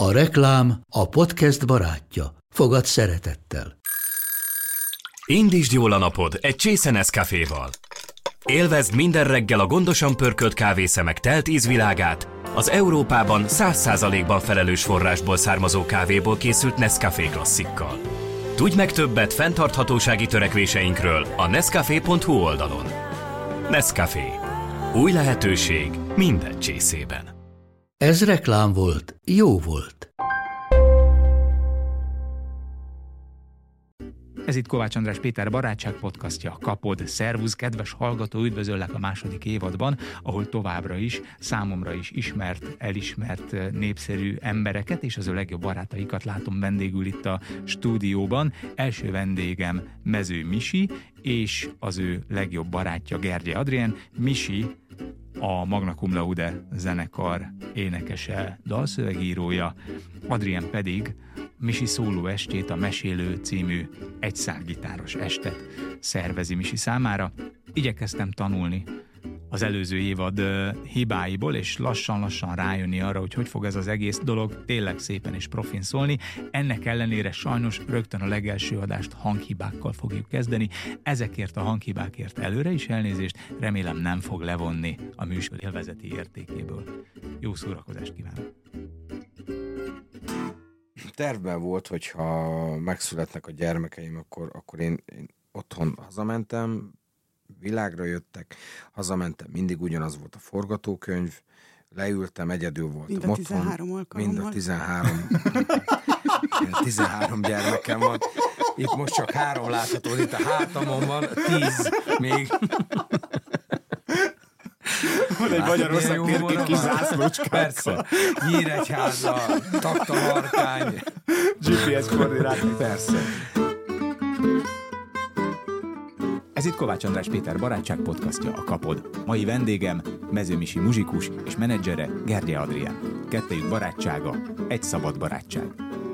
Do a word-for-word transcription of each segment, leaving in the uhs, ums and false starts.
A reklám a podcast barátja. Fogad szeretettel. Indítsd jól a napod egy csésze Nescaféval. Élvezd minden reggel a gondosan pörkölt kávészemek telt ízvilágát, az Európában száz százalékban felelős forrásból származó kávéból készült Nescafé klasszikkal. Tudj meg többet fenntarthatósági törekvéseinkről a nescafé pont hu oldalon. Nescafé. Új lehetőség minden csészében. Ez reklám volt, jó volt. Ez itt Kovács András Péter barátság podcastja, Kapod. Szervusz, kedves hallgató, üdvözöllek a második évadban, ahol továbbra is számomra is ismert, elismert, népszerű embereket és az ő legjobb barátaikat látom vendégül itt a stúdióban. Első vendégem Mező Misi, és az ő legjobb barátja Gergely Adrien. Misi a Magna Cum Laude zenekar énekese, dalszövegírója, Adrien pedig Misi szóló estét, a Mesélő című egyszálgitáros estet szervezi Misi számára. Igyekeztem tanulni az előző évad hibáiból, és lassan-lassan rájönni arra, hogy hogy fog ez az egész dolog tényleg szépen és profin szólni. Ennek ellenére sajnos rögtön a legelső adást hanghibákkal fogjuk kezdeni. Ezekért a hanghibákért előre is elnézést, remélem nem fog levonni a műsor élvezeti értékéből. Jó szórakozást kívánok! Tervben volt, hogyha megszületnek a gyermekeim, akkor, akkor én, én otthon hazamentem, világra jöttek, hazamentem, mindig ugyanaz volt a forgatókönyv, leültem, egyedül voltam mind a otthon. tizenhárom alkalommal. Mind a tizenhárom. tizenhárom gyermekem van. Itt most csak három látható, itt a hátamon van, tíz még. Van egy Magyarország térkép kis zászlócskával. Persze. Nyíregyháza, Taktamarkány. gé pé es koordinátor. Persze. Ez itt Kovács András Péter barátság podcastja, a Kapod. Mai vendégem Mező Misi muzsikus és menedzsere Gergely Adrien. Kettejük barátsága, egy szabad barátság.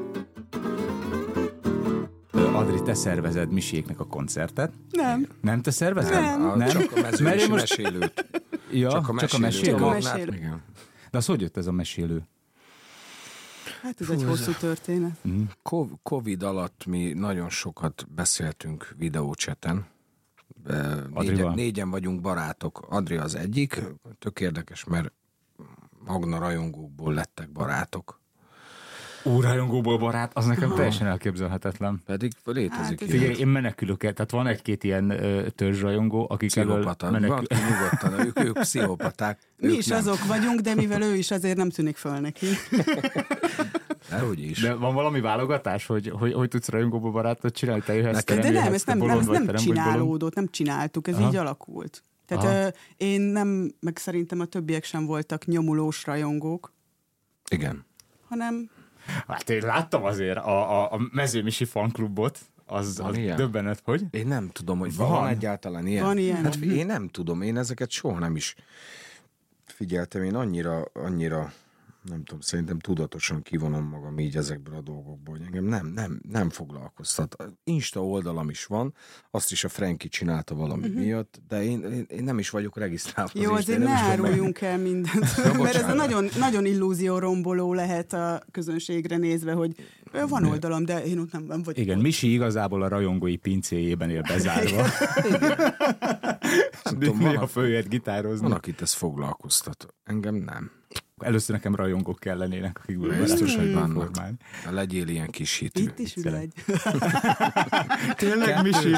Adri, te szervezed Misiéknek a koncertet? Nem. Nem te szervezed? Nem. Nem? Csak a Mező Misi most... mesélőt. Ja, csak a mesélő. Csak a mesélő. Csak a mesélő. Igen. De az hogy jött ez a mesélő? Hát ez egy hosszú történet. Mm. Covid alatt mi nagyon sokat beszéltünk videócseten. Négyen, négyen vagyunk barátok. Adri az egyik. Tök érdekes, mert Magna rajongókból lettek barátok. Ó, rajongóból barát, az nekem teljesen elképzelhetetlen. Pedig létezik. Hát, Figyelj, én menekülök el, tehát van egy-két ilyen ö, törzsrajongó, akik pszichopata. menekül... Van, nyugodtan, ők, ők pszichopaták. Mi ők is nem. azok vagyunk, de mivel ő is, azért nem tűnik föl neki. Dehogy is. De van valami válogatás, hogy hogy, hogy tudsz rajongóból barátot csinálni? Te jöhetsz, te De nem nem, jöhetsz, ez te nem, bolond nem, vagy, nem te nem vagy bolond. csinálódott, nem csináltuk, ez Aha. így alakult. Tehát ö, én nem, meg szerintem a többiek sem voltak nyomulós rajongók, Igen. hanem... Hát én láttam azért a, a, a Mező Misi fanklubot, az, az döbbenet, hogy? Én nem tudom, hogy van, van egyáltalán ilyen. Van ilyen. Hát én nem tudom, én ezeket soha nem is figyeltem, én annyira, annyira, nem tudom, szerintem tudatosan kivonom magam így ezekből a dolgokból, hogy engem nem, nem, nem foglalkoztat. Insta oldalam is van, azt is a Frankie csinálta valami uh-huh. miatt, de én, én, én nem is vagyok regisztrálva. Jó, azért ne áruljunk el mindent, ja, mert ez a nagyon, nagyon illúzió romboló lehet a közönségre nézve, hogy van oldalam, de én ott nem, nem vagyok. Igen, Misi igazából a rajongói pincéjében él bezárva. Tudom, van, a följött gitározni. Van, akit ez foglalkoztat. Engem nem. Először nekem rajongók kellenének, akik biztos, hogy vannak. Legyél ilyen kis hitű. Itt is ül egy. Tényleg, Misi?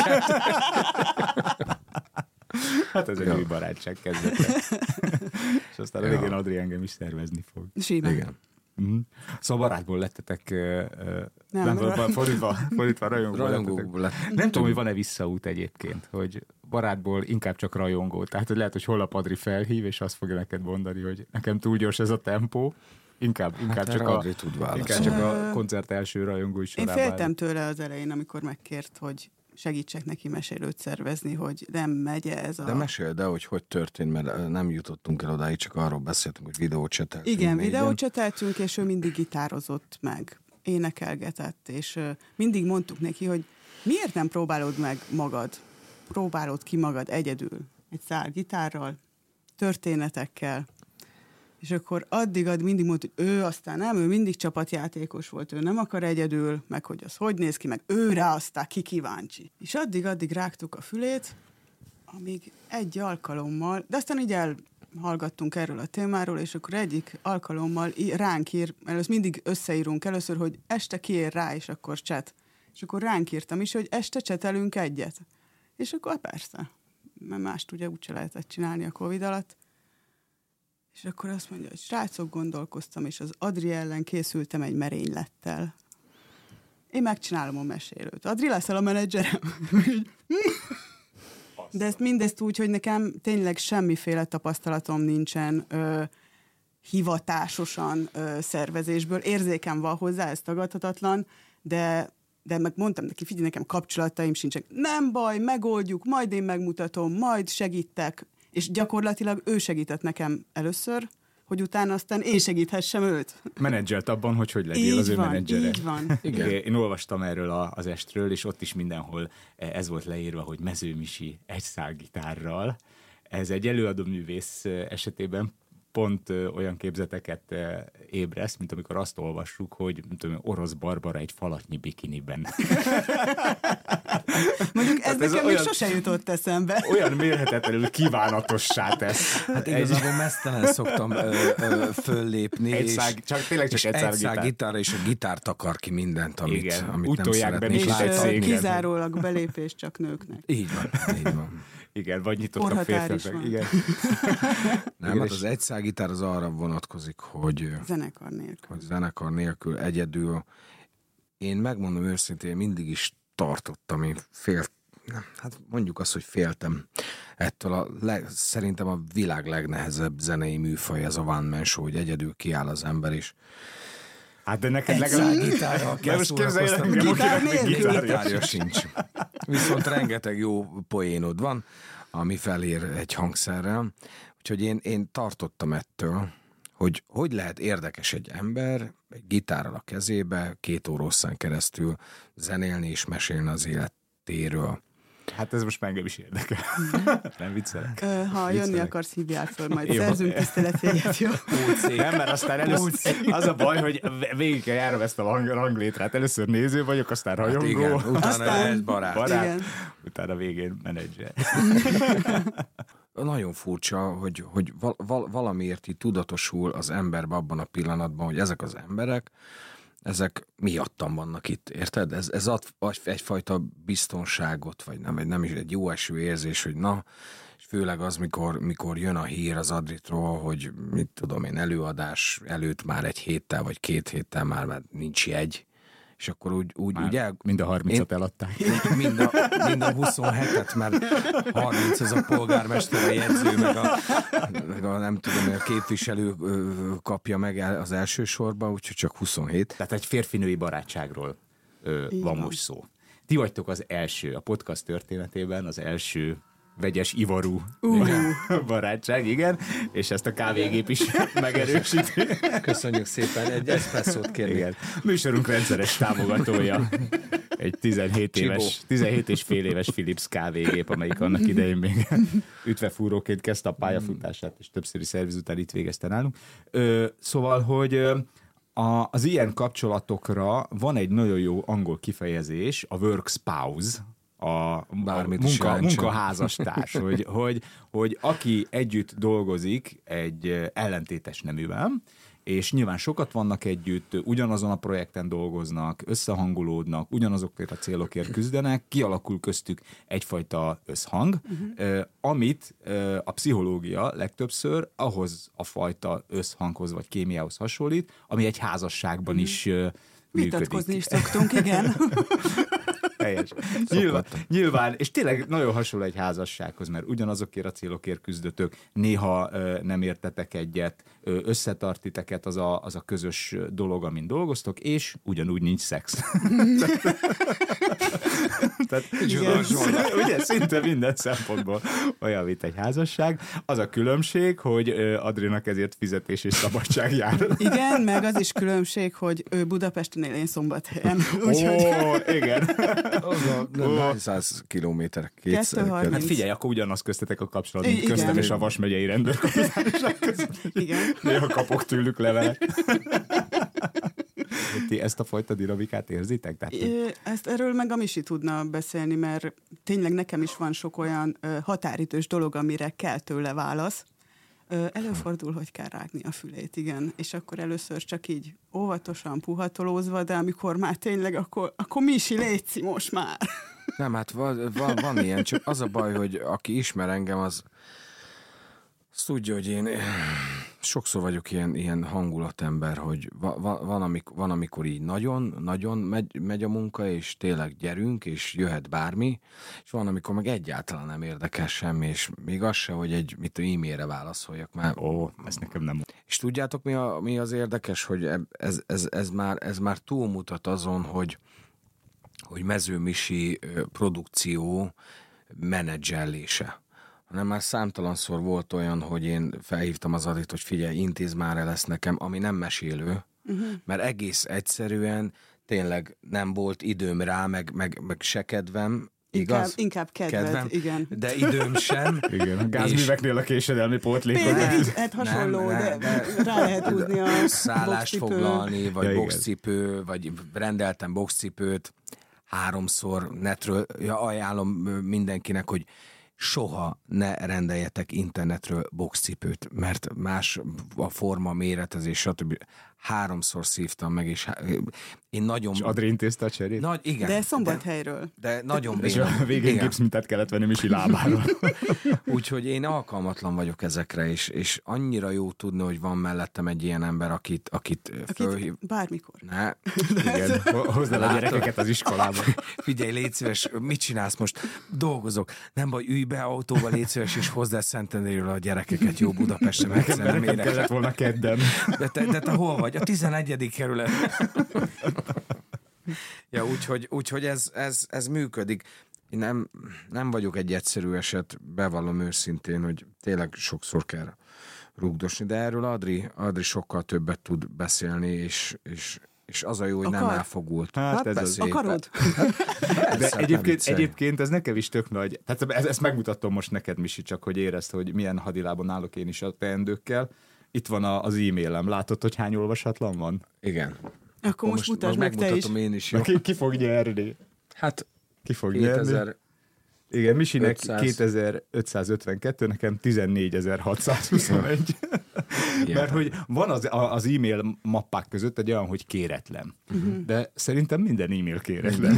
Hát ez egy új barátság kezdete. És aztán a végén Adri engem is szervezni fog. Simán. Igen. Mm. Szóval barátból lettetek, uh, nem, nem ra- fordítva, fordítva rajongóból Rajongókból lettetek. Nem tudom, hogy van-e visszaút egyébként, hogy barátból inkább csak rajongó. Tehát, hogy lehet, hogy holnap Adri felhív, és azt fogja neked mondani, hogy nekem túl gyors ez a tempó. Inkább, inkább, hát csak, a, tud inkább csak a koncert első rajongói sorában. Én féltem tőle az elején, amikor megkért, hogy segítsek neki mesélőt szervezni, hogy nem megy ez a... De meséld el, hogy hogy történt, mert nem jutottunk el odáig, csak arról beszéltünk, hogy videócseteltünk. Igen, négyen. videócseteltünk, és ő mindig gitározott meg, énekelgetett, és mindig mondtuk neki, hogy miért nem próbálod meg magad, próbálod ki magad egyedül, egy szál gitárral, történetekkel, És akkor addig-addig mindig mondta, hogy ő aztán nem, ő mindig csapatjátékos volt, ő nem akar egyedül, meg hogy az hogy néz ki, meg őre aztán ki kíváncsi. És addig-addig rágtuk a fülét, amíg egy alkalommal, de aztán így elhallgattunk erről a témáról, és akkor egyik alkalommal ránk ír, először mindig összeírunk először, hogy este kiér rá, és akkor chat. És akkor ránk írtam is, hogy este csetelünk egyet. És akkor persze, mert mást ugye úgyse lehetett csinálni a Covid alatt. És akkor azt mondja, hogy srácok, gondolkoztam, és az Adri ellen készültem egy merénylettel. Én megcsinálom a mesélőt. Adri leszel a menedzserem? De ezt mindezt úgy, hogy nekem tényleg semmiféle tapasztalatom nincsen ö, hivatásosan ö, szervezésből. Érzékem van hozzá, ez tagadhatatlan, de, de meg mondtam neki, figyelj, nekem kapcsolataim sincsenek. Nem baj, megoldjuk, majd én megmutatom, majd segítek. És gyakorlatilag ő segített nekem először, hogy utána aztán én segíthessem őt. Menedzselt abban, hogy hogy legyél így az ő van, menedzsere. Így van. Igen. Én olvastam erről a, az estről, és ott is mindenhol ez volt leírva, hogy Mező Misi egy szál gitárral. Ez egy előadóművész esetében pont olyan képzeteket ébreszt, mint amikor azt olvassuk, hogy tudom, Orosz Barbara egy falatnyi bikiniben. Mondjuk ez ez nekem olyan, még sose jutott eszembe. Olyan mérhetetlenül kívánatossá tesz. Hát igazából mesztelen szoktam ö, ö, föllépni. Egy és, szág, csak tényleg csak és egy szág egy szág gitár. gitár, és a gitár takar ki mindent, amit, Igen, amit úgy nem tolják be, szeretnék mint egy látni. cég. Kizárólag belépés csak nőknek. Így van, így van. Igen, vagy nyitottak Korhatár is férfiak. van. Igen. Nem, hát az egy szág gitár az arra vonatkozik, hogy, Zenekar nélkül. hogy zenekar nélkül egyedül. Én megmondom őszintén, mindig is tartottam, én fél, hát mondjuk azt, hogy féltem ettől a, leg, szerintem a világ legnehezebb zenei műfaj, ez a one man show, hogy egyedül kiáll az ember is. Hát de neked Egy legalább... szág gitárral De most képzelj el, engem, Gitár akinek még nélkül. gitárja gitárja sincs. Viszont rengeteg jó poénod van, ami felér egy hangszerrel. Úgyhogy én, én tartottam ettől, hogy hogy lehet érdekes egy ember egy gitárral a kezébe, két órosszán keresztül zenélni és mesélni az életéről. Hát ez most már engem is érdekel. Nem viccelek. Ö, ha Viccelek. jönni akarsz, hívjál föl, majd Jó. szerzünk tiszteletjegyet, jó? Nem, mert aztán először, az a baj, hogy végig kell járom ezt a rang, ranglétrát. Először néző vagyok, aztán Hát rajongó, igen, utána Aztán- lehet barát. barát, Igen. utána végén menedzser. Nagyon furcsa, hogy, hogy val, val, valamiért így tudatosul az emberbe abban a pillanatban, hogy ezek az emberek, ezek miattam vannak itt, érted? Ez, ez ad egyfajta biztonságot, vagy nem, nem is egy jó eső érzés, hogy na, és főleg az, mikor, mikor jön a hír az Adritról, hogy mit tudom én, előadás előtt már egy héttel, vagy két héttel már, már nincs jegy, és akkor úgy, úgy, úgy el... Mind a harmincat eladták. Mind a, mind a huszonhetet, mert harminc az a polgármester, a jegyző, meg a, meg a nem tudom, a képviselő ö, kapja meg el az első sorba, úgyhogy csak huszonhét. Tehát egy férfinői barátságról ö, van, van. most szó. Ti vagytok az első, a podcast történetében az első vegyes ivarú Uh. barátság, igen, és ezt a kávégép is megerősíti. Köszönjük szépen, egy eszpresszót kérnék. Igen. Műsorunk rendszeres támogatója. Egy tizenhét éves, tizenhét és fél éves Philips kávégép, amelyik annak idején még ütvefúróként kezdte a pályafutását, és többszöri szerviz után itt végezte nálunk. Ö, szóval, hogy a, az ilyen kapcsolatokra van egy nagyon jó angol kifejezés, a work spouse, a, a munka, munkaházastárs, hogy, hogy, hogy aki együtt dolgozik egy ellentétes neművel, és nyilván sokat vannak együtt, ugyanazon a projekten dolgoznak, összehangolódnak, ugyanazokért a célokért küzdenek, kialakul köztük egyfajta összhang, uh-huh. amit a pszichológia legtöbbször ahhoz a fajta összhanghoz vagy kémiához hasonlít, ami egy házasságban uh-huh. is működik. Vitatkozni is szoktunk, igen. Helyes. Nyilván, nyilván, és tényleg nagyon hasonló egy házassághoz, mert ugyanazokért a célokért küzdötök, néha ö, nem értetek egyet, ö, összetart titeket az a, az a közös dolog, amin dolgoztok, és ugyanúgy nincs szex. Tehát, ugye, szinte minden szempontból olyan, mint egy házasság. Az a különbség, hogy ö, Adrinak ezért fizetés és szabadság jár. Igen, meg az is különbség, hogy ő Budapesten él, én Szombathelyen. Ó, Úgyhogy... igen. Az a nem, hány száz kilométer? Kétszer. Hát figyelj, akkor ugyanaz köztetek a kapcsolat, mint Igen. köztem és a Vas megyei rendőrkapitányság között. Igen. Néha kapok tőlük levelet. Ti ezt a fajta dinamikát érzitek? Tehát, Ö, Ezt erről meg a Misi tudna beszélni, mert tényleg nekem is van sok olyan ö, határidős dolog, amire kell tőle válasz. Ö, előfordul, hogy kell rágni a fülét, igen. És akkor először csak így óvatosan, puhatolózva, de amikor már tényleg, akkor, akkor Misi, létszi most már. Nem, hát van, van, van ilyen, csak az a baj, hogy aki ismer engem, az azt tudja, hogy én sokszor vagyok ilyen, ilyen hangulatember, hogy va, va, van, amikor, van, amikor így nagyon, nagyon megy, megy a munka, és tényleg gyerünk, és jöhet bármi, és van, amikor meg egyáltalán nem érdekel semmi, és még az se, hogy egy mit e-mailre válaszoljak már. ó, ezt nekem nem. És tudjátok, mi, a, mi az érdekes, hogy ez, ez, ez, már, ez már túlmutat azon, hogy, hogy Mező Misi produkció menedzsellése. Hanem már számtalanszor volt olyan, hogy én felhívtam az Adit, hogy figyelj, intéz már el ezt nekem, ami nem mesélő, uh-huh. mert egész egyszerűen tényleg nem volt időm rá, meg, meg, meg se kedvem, igaz? Inkább, inkább kedved, kedvem, igen. de időm sem. Igen, a gázműveknél a késedelmi pótlékot. Hát hasonló, nem, nem, de, de rá lehet húzni a szállást boxcipő. foglalni, vagy ja, boxcipő, vagy rendeltem boxcipőt, háromszor netről, ja, ajánlom mindenkinek, hogy soha ne rendeljetek internetről boxcipőt, mert más a forma, méretezés, stb. Háromszor szívtam meg, és én nagyon... És Adri intézte a cserét? Nagy, igen. De Szombathelyről. De, de nagyon És a végén gipszmintát kellett venni Misi lábáról. Úgyhogy én alkalmatlan vagyok ezekre, és, és annyira jó tudni, hogy van mellettem egy ilyen ember, akit, akit, akit fölhív... bármikor. Ne. Igen, hozd el a gyerekeket az iskolába. Figyelj, légy szíves, mit csinálsz most? Dolgozok. Nem baj, ülj be autóba, légy szíves, és hozd el Szentendréről a gyerekeket, jó Budapesten. Nekem, nekem kellett volna kedden. De te, de te hol vagy? A tizenegyedik kerület. Ja, úgyhogy, úgyhogy ez, ez, ez működik. Én nem, nem vagyok egy egyszerű eset, bevallom őszintén, hogy tényleg sokszor kell rugdosni, de erről Adri, Adri sokkal többet tud beszélni, és, és, és az a jó, hogy Akar? nem elfogult. Hát Hát ez az. beszélj, Akarod? De egyébként, viccelj. egyébként ez nekem is tök nagy. Tehát ezt, ezt megmutatom most neked, Misi, csak hogy érezd, hogy milyen hadilában állok én is a teendőkkel. Itt van a, az e-mailem. Látod, hogy hány olvasatlan van? Igen. Akkor most mutasd meg te is. megmutatom én is. Jó? Ki, ki fog nyerni? Hát Ki fog nyerni? kétezer Igen, Misinek ötszáz. kétezer-ötszázötvenkettő, nekem tizennégyezer-hatszázhuszonegy. Mert hogy van az, az e-mail mappák között egy olyan, hogy kéretlen. Uh-huh. De szerintem minden e-mail kéretlen.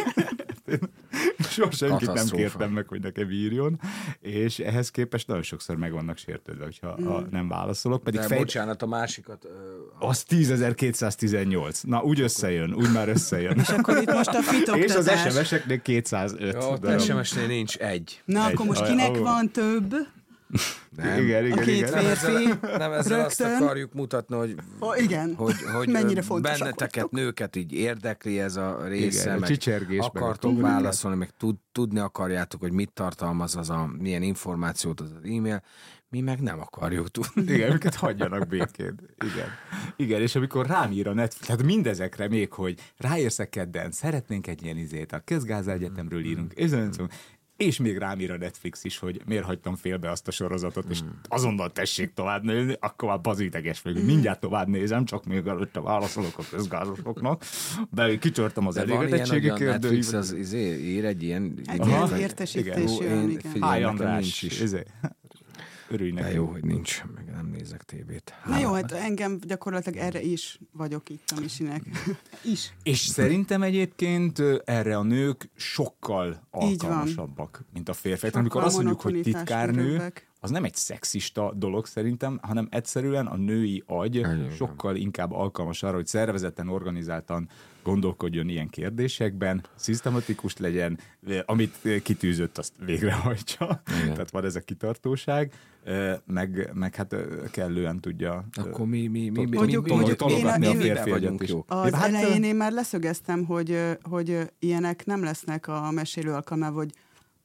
Soha senkit nem Katasztrófa. kértem meg, hogy nekem írjon, és ehhez képest nagyon sokszor meg vannak sértődve, hogyha mm. a, nem válaszolok. Pedig De fej... bocsánat, a másikat... Ö, Az tízezer-kétszáztizennyolc. Na, úgy összejön, úgy már összejön. És akkor itt most a fitoktatás. És az es em es-eknél kétszázöt. jó, ott es em es-nél nincs egy. Na, Egy. akkor most Aj, kinek ó. van több? Nem. Igen, A igen, két igen. férfi. Nem, ezzel azt Rögtön. akarjuk mutatni, hogy, Ó, igen. hogy, hogy Mennyire fontosak benneteket, vagytok. nőket így érdekli ez a része, Igen, a meg csicsergés, meg a akartok kommunikáció. válaszolni, meg tud, tudni akarjátok, hogy mit tartalmaz az a, milyen információt az az e-mail, mi meg nem akarjuk tudni. Igen, őket hagyjanak békén. Igen. Igen, és amikor rám ír a Netflix, tehát mindezekre még, hogy ráérsz kedden, szeretnénk egy ilyen izét, a Közgáza Egyetemről írunk, és, és még rám ír a Netflix is, hogy miért hagytam félbe azt a sorozatot, és azonnal tessék tovább nézni, akkor már bazideges vagyok. Mindjárt tovább nézem, csak még előtte válaszolok a közgázosoknak, de kicsörtem az De van ilyen, elégedettségi hogy a Netflix kérdőívet. az izé, ír egy ilyen... Egy Aha. ilyen Igen. értesítés Ó, jön, én igen. figyelj, Háj nekem András, nincs is. izé. Örülj De neki. jó, hogy nincs, meg nem nézek tévét. Na jó, hát engem gyakorlatilag erre is vagyok itt a Misinek. Is. És szerintem egyébként ö, erre a nők sokkal Így van. alkalmasabbak, mint a férfiak. Sokkal Amikor azt mondjuk, hogy monotonitás titkárnő, körülbek. az nem egy szexista dolog szerintem, hanem egyszerűen a női agy Igen. sokkal inkább alkalmas arra, hogy szervezetten, organizáltan gondolkodjon ilyen kérdésekben, szisztematikus legyen, ö, amit ö, kitűzött, azt végrehajtsa. Igen. Tehát van ez a kitartóság, ö, meg, meg hát ö, kellően tudja... ö, Akkor mi, mi, mi, mi, Mondjuk- mi, mondjuk tologatni én- a én- férfi vagyunk agyat is. jók. Az Hát, elején én már leszögeztem, hogy, hogy ilyenek nem lesznek a mesélő alkalmával, hogy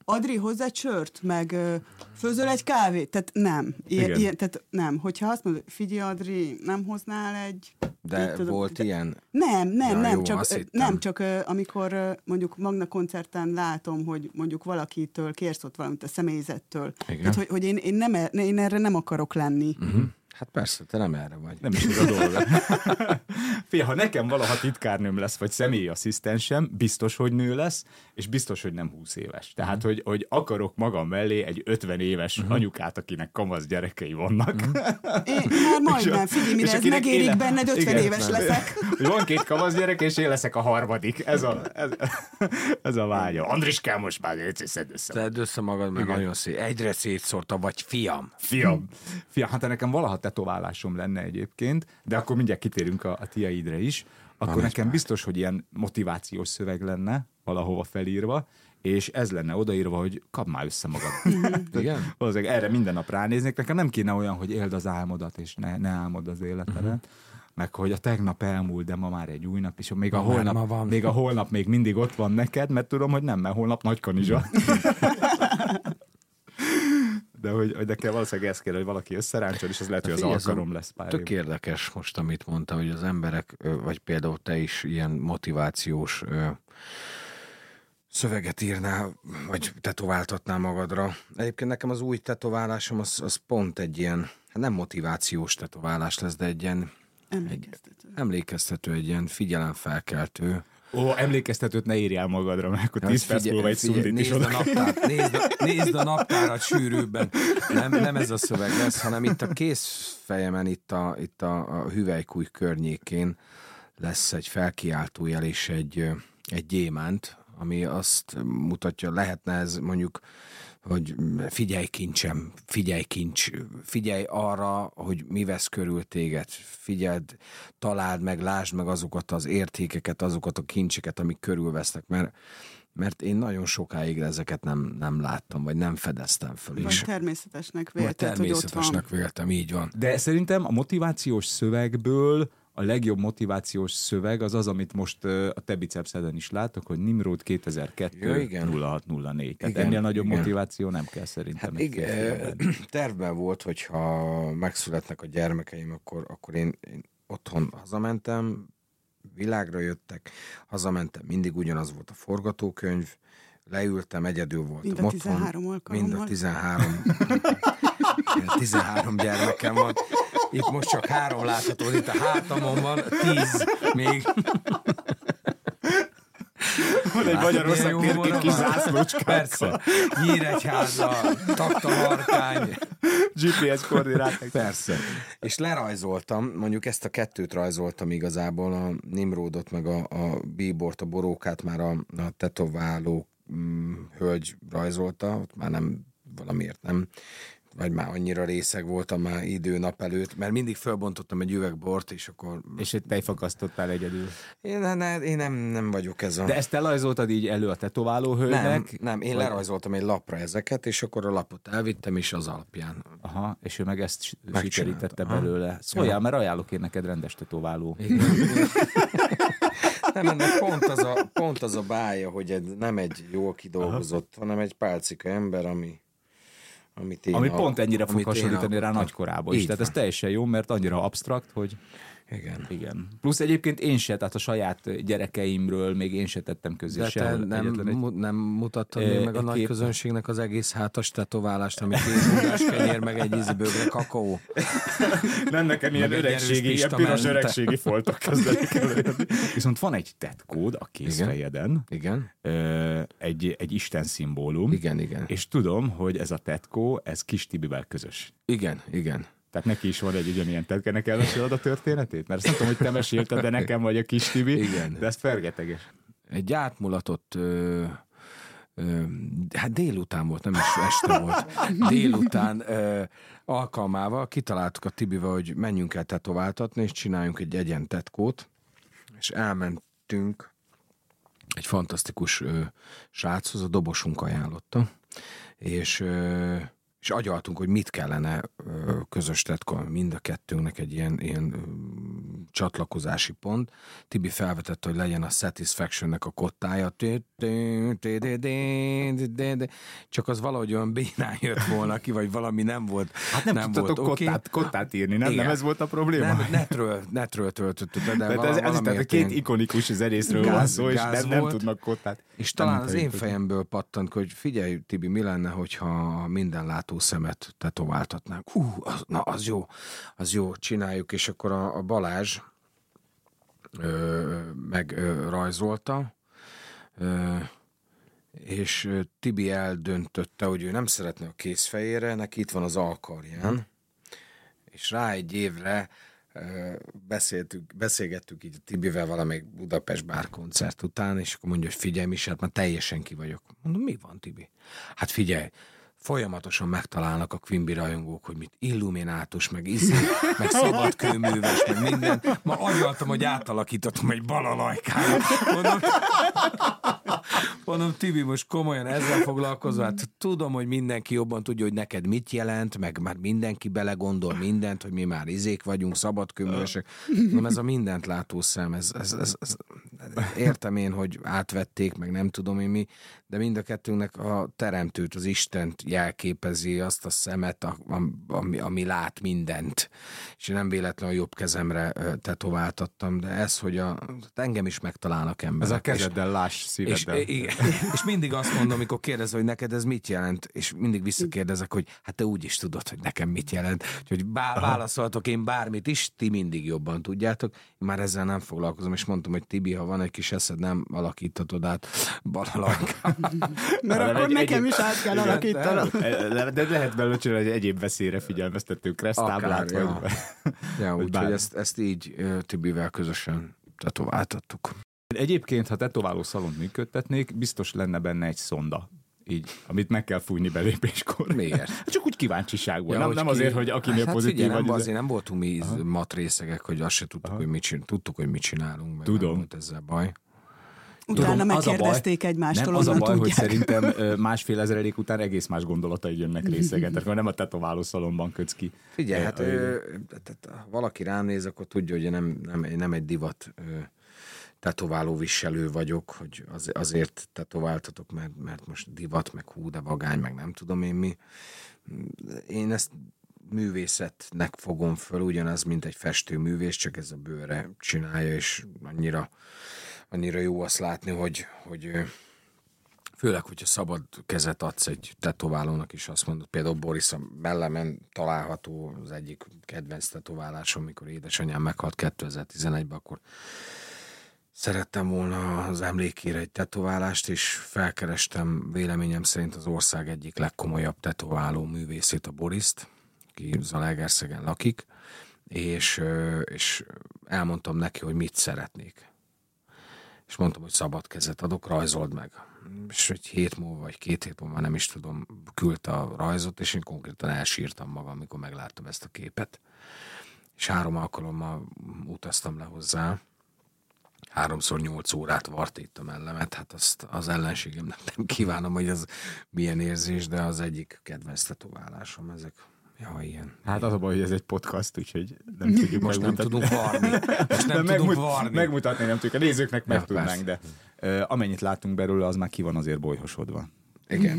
Adri, hozzá csört, meg ö, főzöl egy kávét, tehát nem. Ilyen, ilyen, tehát nem. Hogyha azt mondod, figyelj Adri, nem hoznál egy... De tudom, volt de, ilyen? Nem, nem, Ja, nem, jó, csak, nem, csak ö, amikor ö, mondjuk Magna koncerten látom, hogy mondjuk valakitől kérsz ott valamit a személyzettől. Igen. Tehát, hogy, hogy én, én, nem, én erre nem akarok lenni. Uh-huh. Hát persze, te nem erre vagy. Nem is ez a dolga. Fia, ha nekem valaha titkárnőm lesz, vagy személyi asszisztensem, biztos, hogy nő lesz, és biztos, hogy nem húsz éves. Tehát, hogy, hogy akarok magam mellé egy ötven éves uh-huh. anyukát, akinek kamasz gyerekei vannak. Uh-huh. Én már majdnem, figyelj, mire ez megérik éle... benned, ötven igen, éves leszek. Hogy van két kamasz gyerek, és én leszek a harmadik. Ez a, ez, ez a vágya. Andriskám, most már szedd össze. Szedd össze magad, meg igen. nagyon szép. Egyre szétszórta, vagy fiam. Fiam. Fiam, hát nekem valaha tetoválásom lenne egyébként, de akkor mindjárt kitérünk a, a tiaidre is, akkor van nekem biztos, hogy ilyen motivációs szöveg lenne valahova felírva, és ez lenne odaírva, hogy kapd már össze magad. Igen? Valószínűleg erre minden nap ránéznék, nekem nem kéne olyan, hogy éld az álmodat, és ne, ne álmod az életedet. Uh-huh. Meg hogy a tegnap elmúlt, de ma már egy új nap, és még a, holnap, még a holnap még mindig ott van neked, mert tudom, hogy nem, mert holnap nagy kanizsa. De hogy, hogy nekem valószínűleg ez kell, hogy valaki összeráncsol, és az lehet, hogy az alkalom lesz pár tök év. érdekes most, amit mondta, hogy az emberek, vagy például te is ilyen motivációs ö, szöveget írnál, vagy tetováltatnál magadra. Egyébként nekem az új tetoválásom az, az pont egy ilyen, hát nem motivációs tetoválás lesz, de egy ilyen emlékeztető, egy, emlékeztető egy ilyen figyelemfelkeltő. Ó, emlékeztetőt ne írjál magadra, mert akkor tíz perc múlva egy szundit is oda. Naptár, nézd, a, nézd a naptárat sűrűbben. Nem, nem ez a szöveg lesz, hanem itt a kézfejemen, itt a, itt a, a hüvelykúj környékén lesz egy felkiáltójel és egy, egy gyémánt, ami azt mutatja, lehetne ez mondjuk, hogy figyelj kincsem, figyelj kincs, figyelj arra, hogy mi vesz körül téged, figyeld, találd meg, lásd meg azokat az értékeket, azokat a kincseket, amik körülvesznek, mert, mert én nagyon sokáig ezeket nem, nem láttam, vagy nem fedeztem föl. Vagy természetesnek vélted, vagy természetesnek véltem, így van. De szerintem a motivációs szövegből a legjobb motivációs szöveg az az, amit most uh, a te bicepszeden is látok, hogy Nimrod kétezer-kettő nulla hat nulla négy. Tehát igen, ennél nagyobb igen. motiváció nem kell szerintem. Hát igen, tervben volt, hogyha megszületnek a gyermekeim, akkor, akkor én, én otthon hazamentem, világra jöttek, hazamentem, mindig ugyanaz volt a forgatókönyv, leültem, egyedül voltam mind a tizenhárom alkalommal. Mind a tizenhárom. tizenhárom gyermekem van. Itt most csak három látható, itt a hátamon van, tíz még. Van egy Magyarország térkép kis zászlócskákkal. Persze. Nyíregyháza, Taktaharkány. gé pé es koordináták. Persze. És lerajzoltam, mondjuk ezt a kettőt rajzoltam igazából, a Nimrodot, meg a, a bíbort, a borókát már a, a tetováló mm, hölgy rajzolta, ott már nem, valamiért nem, vagy már annyira részeg voltam már idő nap előtt, mert mindig fölbontottam egy üveg bort, és akkor... És egy tejfakasztottál egyedül. Én, ne, én nem, nem vagyok ez a... De ezt te rajzoltad így elő a tetováló hölgynek? Nem, nem, én vagy... lerajzoltam egy lapra ezeket, és akkor a lapot elvittem, és az alapján. Aha, és ő meg ezt sikerítette belőle. Szóljál, mert ajánlok én neked rendes tetováló. Nem, ennek pont az, a, pont az a bája, hogy egy, nem egy jól kidolgozott, aha, hanem egy pálcika ember, ami... Amit Ami a, pont ennyire fog hasonlítani rá nagykorába is. Tehát ez teljesen jó, mert annyira absztrakt, hogy... Igen. Igen. Plusz egyébként én se, tehát a saját gyerekeimről még én se tettem közé. De te nem, egy... mu- nem mutattad e, még meg a nagy kép... közönségnek az egész hátas tetoválást, ami két húgás kenyér, meg egy ízi bőgre kakaó. Nem nekem ilyen öregségi, ilyen piros öregségi foltok kezdenek előjönni. Viszont van egy tetkód a kézfejeden. Igen. igen. Egy, egy isten szimbólum. Igen, igen. És tudom, hogy ez a tetkó, ez Kis Tibivel közös. Igen, igen. Tehát neki is van egy ugyanilyen tetkenek, elmeséled a történetét? Mert ezt nem tudom, hogy te mesélted, de nekem vagy a Kis Tibi. Igen. De ezt fergeteges. Egy átmulatott, ö, ö, hát délután volt, nem is este volt, délután ö, alkalmával kitaláltuk a Tibivel, hogy menjünk el tetováltatni, és csináljunk egy egyen tetkót, és elmentünk egy fantasztikus ö, sráchoz, a dobosunk ajánlotta, és... Ö, és agyaltunk, hogy mit kellene közös tetkon, mind a kettőnknek egy ilyen, ilyen csatlakozási pont. Tibi felvetette, hogy legyen a Satisfaction-nek a kottája, csak az valahogy olyan bénán jött volna ki, vagy valami nem volt. Hát nem, nem tudtatok volt, kottát, okay. kottát írni, nem? Nem ez volt a probléma? Nem, netről, netről töltöttük be, de vala, ez, ez tehát a két ikonikus zenészről van szó, és nem, nem tudnak kottát. És talán az én fejemből pattant, hogy figyelj, Tibi, mi lenne, hogyha minden látó szemet tetováltatnánk. Hú, az, na az jó, az jó, csináljuk, és akkor a, a Balázs ö, meg ö, rajzolta, ö, és Tibi eldöntötte, hogy ő nem szeretne a kézfejére, neki itt van az alkarján, és rá egy évre beszéltük, beszélgettük így a Tibivel valamelyik Budapest bárkoncert után, és akkor mondja, hogy figyelj, Misát, már teljesen ki vagyok. Mondom, mi van, Tibi? Hát figyelj, folyamatosan megtalálnak a Quimby rajongók, hogy mit illuminátus, meg izé, meg szabadkőműves, meg minden. Ma agyaltam, hogy átalakítottam egy balalajkára. Mondom, mondom, Tibi, most komolyan ezzel foglalkozva, hát tudom, hogy mindenki jobban tudja, hogy neked mit jelent, meg már mindenki belegondol mindent, hogy mi már izék vagyunk, szabadkőművesek. Mondom, ez a mindent látó szem, ez, ez, ez, ez, értem én, hogy átvették, meg nem tudom én mi, de mind a kettőnknek a teremtőt, az Istent jelképezi, azt a szemet, ami, ami lát mindent. És én nem véletlenül a jobb kezemre tetováltattam, de ez, hogy a, engem is megtalálnak emberek. Ez a kezeddel láss szíveddel. És, és, és mindig azt mondom, amikor kérdezem, hogy neked ez mit jelent, és mindig visszakérdezek, hogy hát te úgy is tudod, hogy nekem mit jelent. Úgyhogy bá, válaszoltok én bármit is, ti mindig jobban tudjátok. Én már ezzel nem foglalkozom, és mondtam, hogy Tibi, ha van egy kis eszed, nem alakíthatod át balalajká. Mert akkor egy, nekem egy, is át kell alakítanom. De lehet belőle csinálni egy egyéb veszélyre figyelmeztető kresztáblát. Ja, ja úgyhogy ezt, ezt így Tibivel közösen tetováltattuk. Egyébként, ha tetováló szalont működtetnék, biztos lenne benne egy szonda. Így, amit meg kell fújni belépéskor. Miért? Csak úgy kíváncsiságból. Ja, nem, nem azért, ki... hogy akinél hát pozitív figyelj, vagy. Nem, azért nem voltunk mi matrészegek, hogy azt se tudtuk, hogy mit, csinálunk, tudtuk, hogy mit csinálunk. Meg Tudom. Nem volt ezzel baj. Utána Tudom, megkérdezték baj, egymástól, nem, az a baj, tudják. Hogy szerintem másfél ezeredék után egész más gondolatai jönnek részegen, tehát nem a tetováló szalomban kötsz ki. Figyelj, hát ö, tehát, valaki rám néz, akkor tudja, hogy én nem, nem, nem egy divat ö, tetováló viselő vagyok, hogy az, azért tetováltatok, mert, mert most divat, meg hú, de vagány, meg nem tudom én mi. Én ezt művészetnek fogom föl, ugyanaz, mint egy festőművész, csak ez a bőre csinálja, és annyira annyira jó azt látni, hogy, hogy főleg, hogyha szabad kezet adsz egy tetoválónak is, azt mondod, például Boris a mellemen található az egyik kedvenc tetoválásom, mikor édesanyám meghalt kétezer-tizenegyben, akkor szerettem volna az emlékére egy tetoválást, és felkerestem véleményem szerint az ország egyik legkomolyabb tetováló művészét, a Borist, aki Zalaegerszegen lakik, és, és elmondtam neki, hogy mit szeretnék. És mondtam, hogy szabad kezet adok, rajzold meg. És egy hét múlva, vagy két hét múlva, nem is tudom, küldte a rajzot, és én konkrétan elsírtam magam, amikor megláttam ezt a képet. És három alkalommal utaztam le hozzá, háromszor nyolc órát vart itt a mellemet, hát azt az ellenségemnek nem kívánom, hogy ez milyen érzés, de az egyik kedvenc tetoválásom ezek. Ja, ilyen. Hát az a baj, hogy ez egy podcast, úgyhogy nem tudjuk most megmutatni. nem tudunk varni. Most nem de tudunk megmut- varni. Megmutatni nem tudjuk. A nézőknek meg ja, tudnánk, de uh, amennyit látunk belőle, az már ki van azért bolyhosodva. Igen.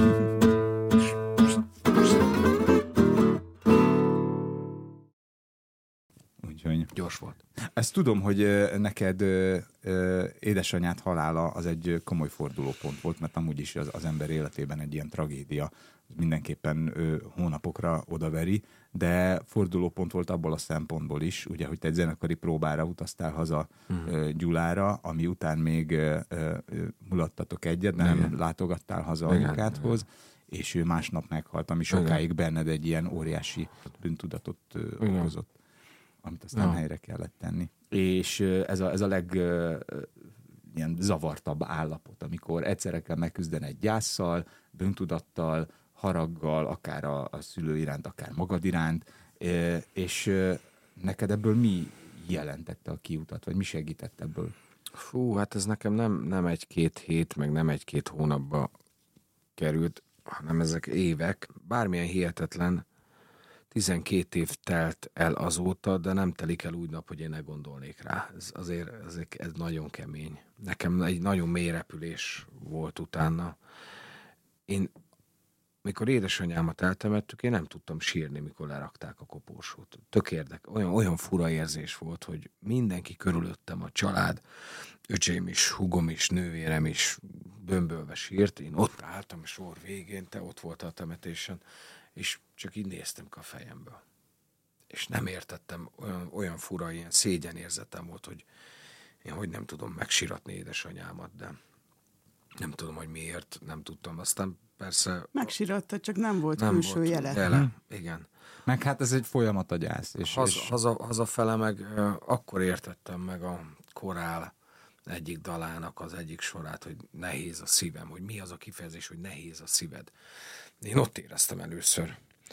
Úgyhogy gyors volt. Ezt tudom, hogy neked édesanyád halála az egy komoly fordulópont volt, mert amúgy is az, az ember életében egy ilyen tragédia mindenképpen hónapokra odaveri, de fordulópont volt abból a szempontból is, ugye, hogy te egy zenekari próbára utaztál haza uh-huh. Gyulára, ami után még mulattatok egyet, nem igen. látogattál haza anyukádhoz, és ő másnap meghalt, ami sokáig benned egy ilyen óriási bűntudatot okozott, amit aztán ja. helyre kellett tenni. És ez a, ez a leg ilyen zavartabb állapot, amikor egyszerre kell megküzdeni egy gyásszal, bűntudattal, haraggal, akár a, a szülő iránt, akár magad iránt, és neked ebből mi jelentette a kiutat, vagy mi segített ebből? Fú, hát ez nekem nem, nem egy-két hét, meg nem egy-két hónapba került. hanem ezek évek, bármilyen hihetetlen, tizenkét év telt el azóta, de nem telik el úgy nap, hogy én ne gondolnék rá. Ez azért ez, ez nagyon kemény. Nekem egy nagyon mély repülés volt utána. Én, mikor édesanyámat eltemettük, én nem tudtam sírni, mikor lerakták a koporsót. Tök érdek. Olyan, olyan fura érzés volt, hogy mindenki körülöttem, a család, öcsém is, húgom is, nővérem is bömbölve sírt. Én ott álltam a sor végén, te ott voltál a temetésen, és csak így néztem a fejemből. És nem értettem, olyan, olyan fura, ilyen szégyenérzetem volt, hogy én hogy nem tudom megsiratni édesanyámat, de nem tudom, hogy miért, nem tudtam. Aztán persze... Megsiratta, csak nem volt nem külső volt jele. jele. Hm. Igen. Meg hát ez egy folyamat a gyász. És, Haza, és... haza, hazafele meg uh, akkor értettem meg a korál egyik dalának az egyik sorát, hogy nehéz a szívem, hogy mi az a kifejezés, hogy nehéz a szíved. Én ott éreztem először,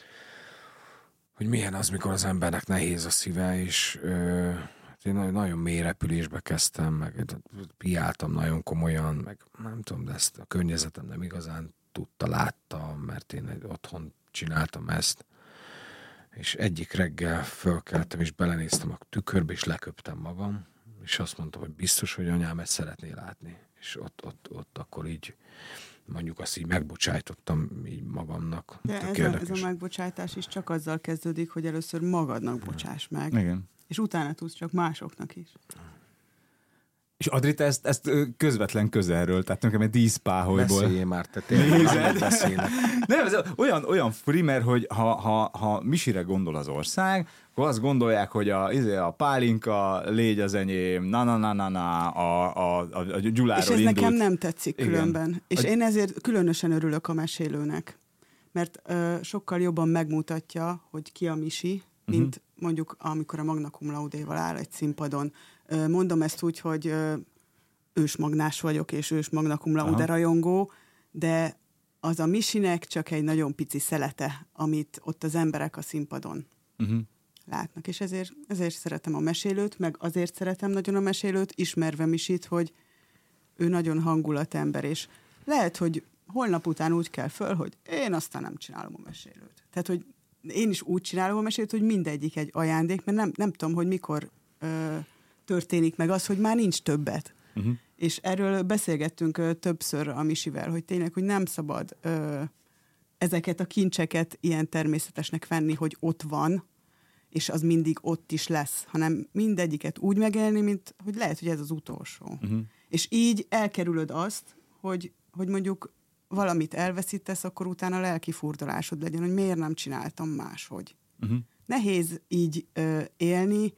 hogy milyen az, mikor az embernek nehéz a szíve, és ö, én nagyon mély repülésbe kezdtem, meg piáltam nagyon komolyan, meg nem tudom, de ezt a környezetem nem igazán tudta, látta, mert én egy otthon csináltam ezt. És egyik reggel fölkeltem, és belenéztem a tükörbe, és leköptem magam, és azt mondtam, hogy biztos, hogy anyám ezt szeretné látni. És ott, ott, ott akkor így mondjuk azt így megbocsájtottam így magamnak. De ez a, ez a megbocsátás is csak azzal kezdődik, hogy először magadnak bocsáss meg. Igen. És utána tudsz csak másoknak is. És Adri, te ezt, ezt közvetlen közelről, tehát nekem egy díszpáholyból. Beszéljél már, te tényleg beszélnek. Nem, ez olyan, olyan frimer, hogy ha, ha, ha Misire gondol az ország, akkor azt gondolják, hogy a, a pálinka, légy az enyém, na-na-na-na-na, a, a, a, a Gyuláról És ez indult. nekem nem tetszik különben. Igen. És a... én ezért különösen örülök a mesélőnek. Mert ö, sokkal jobban megmutatja, hogy ki a Misi, mint uh-huh. mondjuk amikor a Magna Cum Laude-val áll egy színpadon. Ö, mondom ezt úgy, hogy ö, ősmagnás vagyok, és ős Magna Cum Laude Aha. rajongó, de az a Misinek csak egy nagyon pici szelete, amit ott az emberek a színpadon uh-huh. látnak. És ezért, ezért szeretem a mesélőt, meg azért szeretem nagyon a mesélőt, ismerve Misit, hogy ő nagyon hangulatember, és lehet, hogy holnap után úgy kell föl, hogy én aztán nem csinálom a mesélőt. Tehát, hogy én is úgy csinálom a mesélőt, hogy mindegyik egy ajándék, mert nem, nem tudom, hogy mikor ö, történik meg az, hogy már nincs többet. Uh-huh. És erről beszélgettünk ö, többször a Misivel, hogy tényleg, hogy nem szabad ö, ezeket a kincseket ilyen természetesnek venni, hogy ott van, és az mindig ott is lesz, hanem mindegyiket úgy megélni, mint hogy lehet, hogy ez az utolsó. Uh-huh. És így elkerülöd azt, hogy, hogy mondjuk valamit elveszítesz, akkor utána lelki furdalásod legyen, hogy miért nem csináltam máshogy. Uh-huh. Nehéz így ö, élni,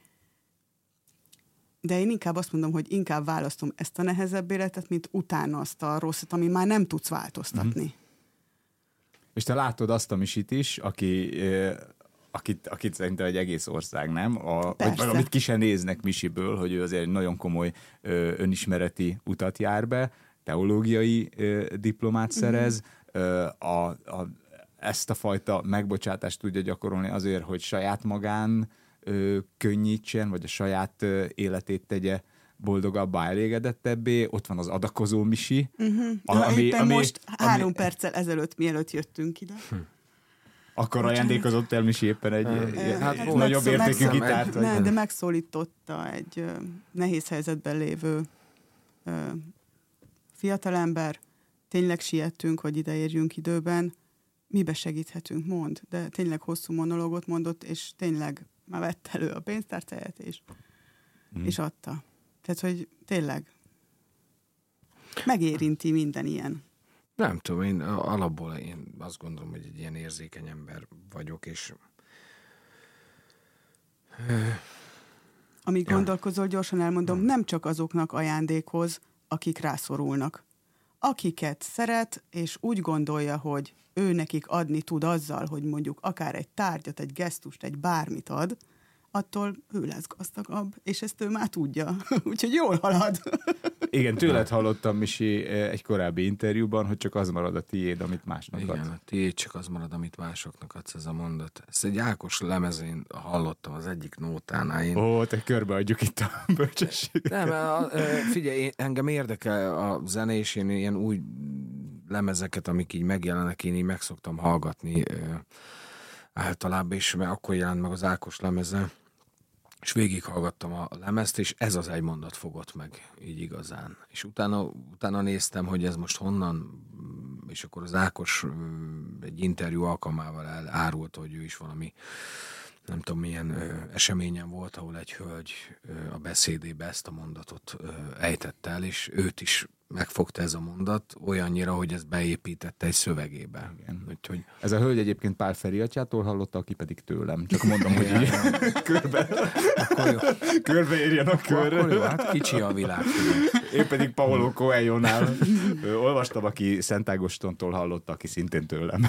de én inkább azt mondom, hogy inkább választom ezt a nehezebb életet, mint utána azt a rosszat, ami már nem tudsz változtatni. Uh-huh. És te látod azt a Misit is, aki... Akit, akit szerintem egy egész ország, nem? A, vagy amit ki sem néznek Misiből, hogy ő azért egy nagyon komoly ö, önismereti utat jár be, teológiai ö, diplomát szerez, ö, a, a, ezt a fajta megbocsátást tudja gyakorolni azért, hogy saját magán ö, könnyítsen, vagy a saját ö, életét tegye boldogabbá, elégedettebbé. Ott van az adakozó Misi. Uh-huh. A, ami, éppen ami, most három ami, perccel ezelőtt, mielőtt jöttünk ide. Hm. Akkor ajándékozott el Misi éppen egy hát, hát, hát nagyobb értékű gitárt? Egy, ne, de megszólította egy uh, nehéz helyzetben lévő uh, fiatalember. Tényleg siettünk, hogy ide érjünk időben. Mibe segíthetünk, mond. De tényleg hosszú monológot mondott, és tényleg már vett elő a pénztárcáját, és, hmm. és adta. Tehát, hogy tényleg megérinti minden ilyen. Nem tudom, én alapból én azt gondolom, hogy egy ilyen érzékeny ember vagyok, és... Amíg ja. gondolkozol, gyorsan elmondom, nem csak azoknak ajándékhoz, akik rászorulnak. Akiket szeret, és úgy gondolja, hogy ő nekik adni tud azzal, hogy mondjuk akár egy tárgyat, egy gesztust, egy bármit ad, attól ő lesz gazdagabb, és ezt ő már tudja. Úgyhogy jól halad. Igen, tőled hallottam, Misi, egy korábbi interjúban, hogy csak az marad a tiéd, amit másnak adsz. Igen, a tiéd csak az marad, amit másoknak adsz, ez a mondat. Ezt egy Ákos lemezén hallottam az egyik nótánál. Én... Ó, te körbeadjuk itt a bölcsességet. Nem, a, figyelj, engem érdekel a zene, és én ilyen úgy lemezeket, amik így megjelennek, én így meg szoktam hallgatni általában, és mert akkor jelent meg az Ákos lemeze, és végighallgattam a lemezt, és ez az egy mondat fogott meg így igazán. És utána, utána néztem, hogy ez most honnan, és akkor az Ákos egy interjú alkalmával elárult, hogy ő is valami, nem tudom milyen ö, eseményen volt, ahol egy hölgy ö, a beszédébe ezt a mondatot ö, ejtette el, és őt is megfogta ez a mondat olyannyira, hogy ezt beépítette egy szövegébe. Úgyhogy... Ez a hölgy egyébként Pál Feri atyától hallotta, aki pedig tőlem. Csak mondom, hogy így körbe, körbeérjen a kör. Akkor jó, hát kicsi a világ. Én pedig Paulo Coelho-nál olvastam, aki Szent Ágostontól hallotta, aki szintén tőlem.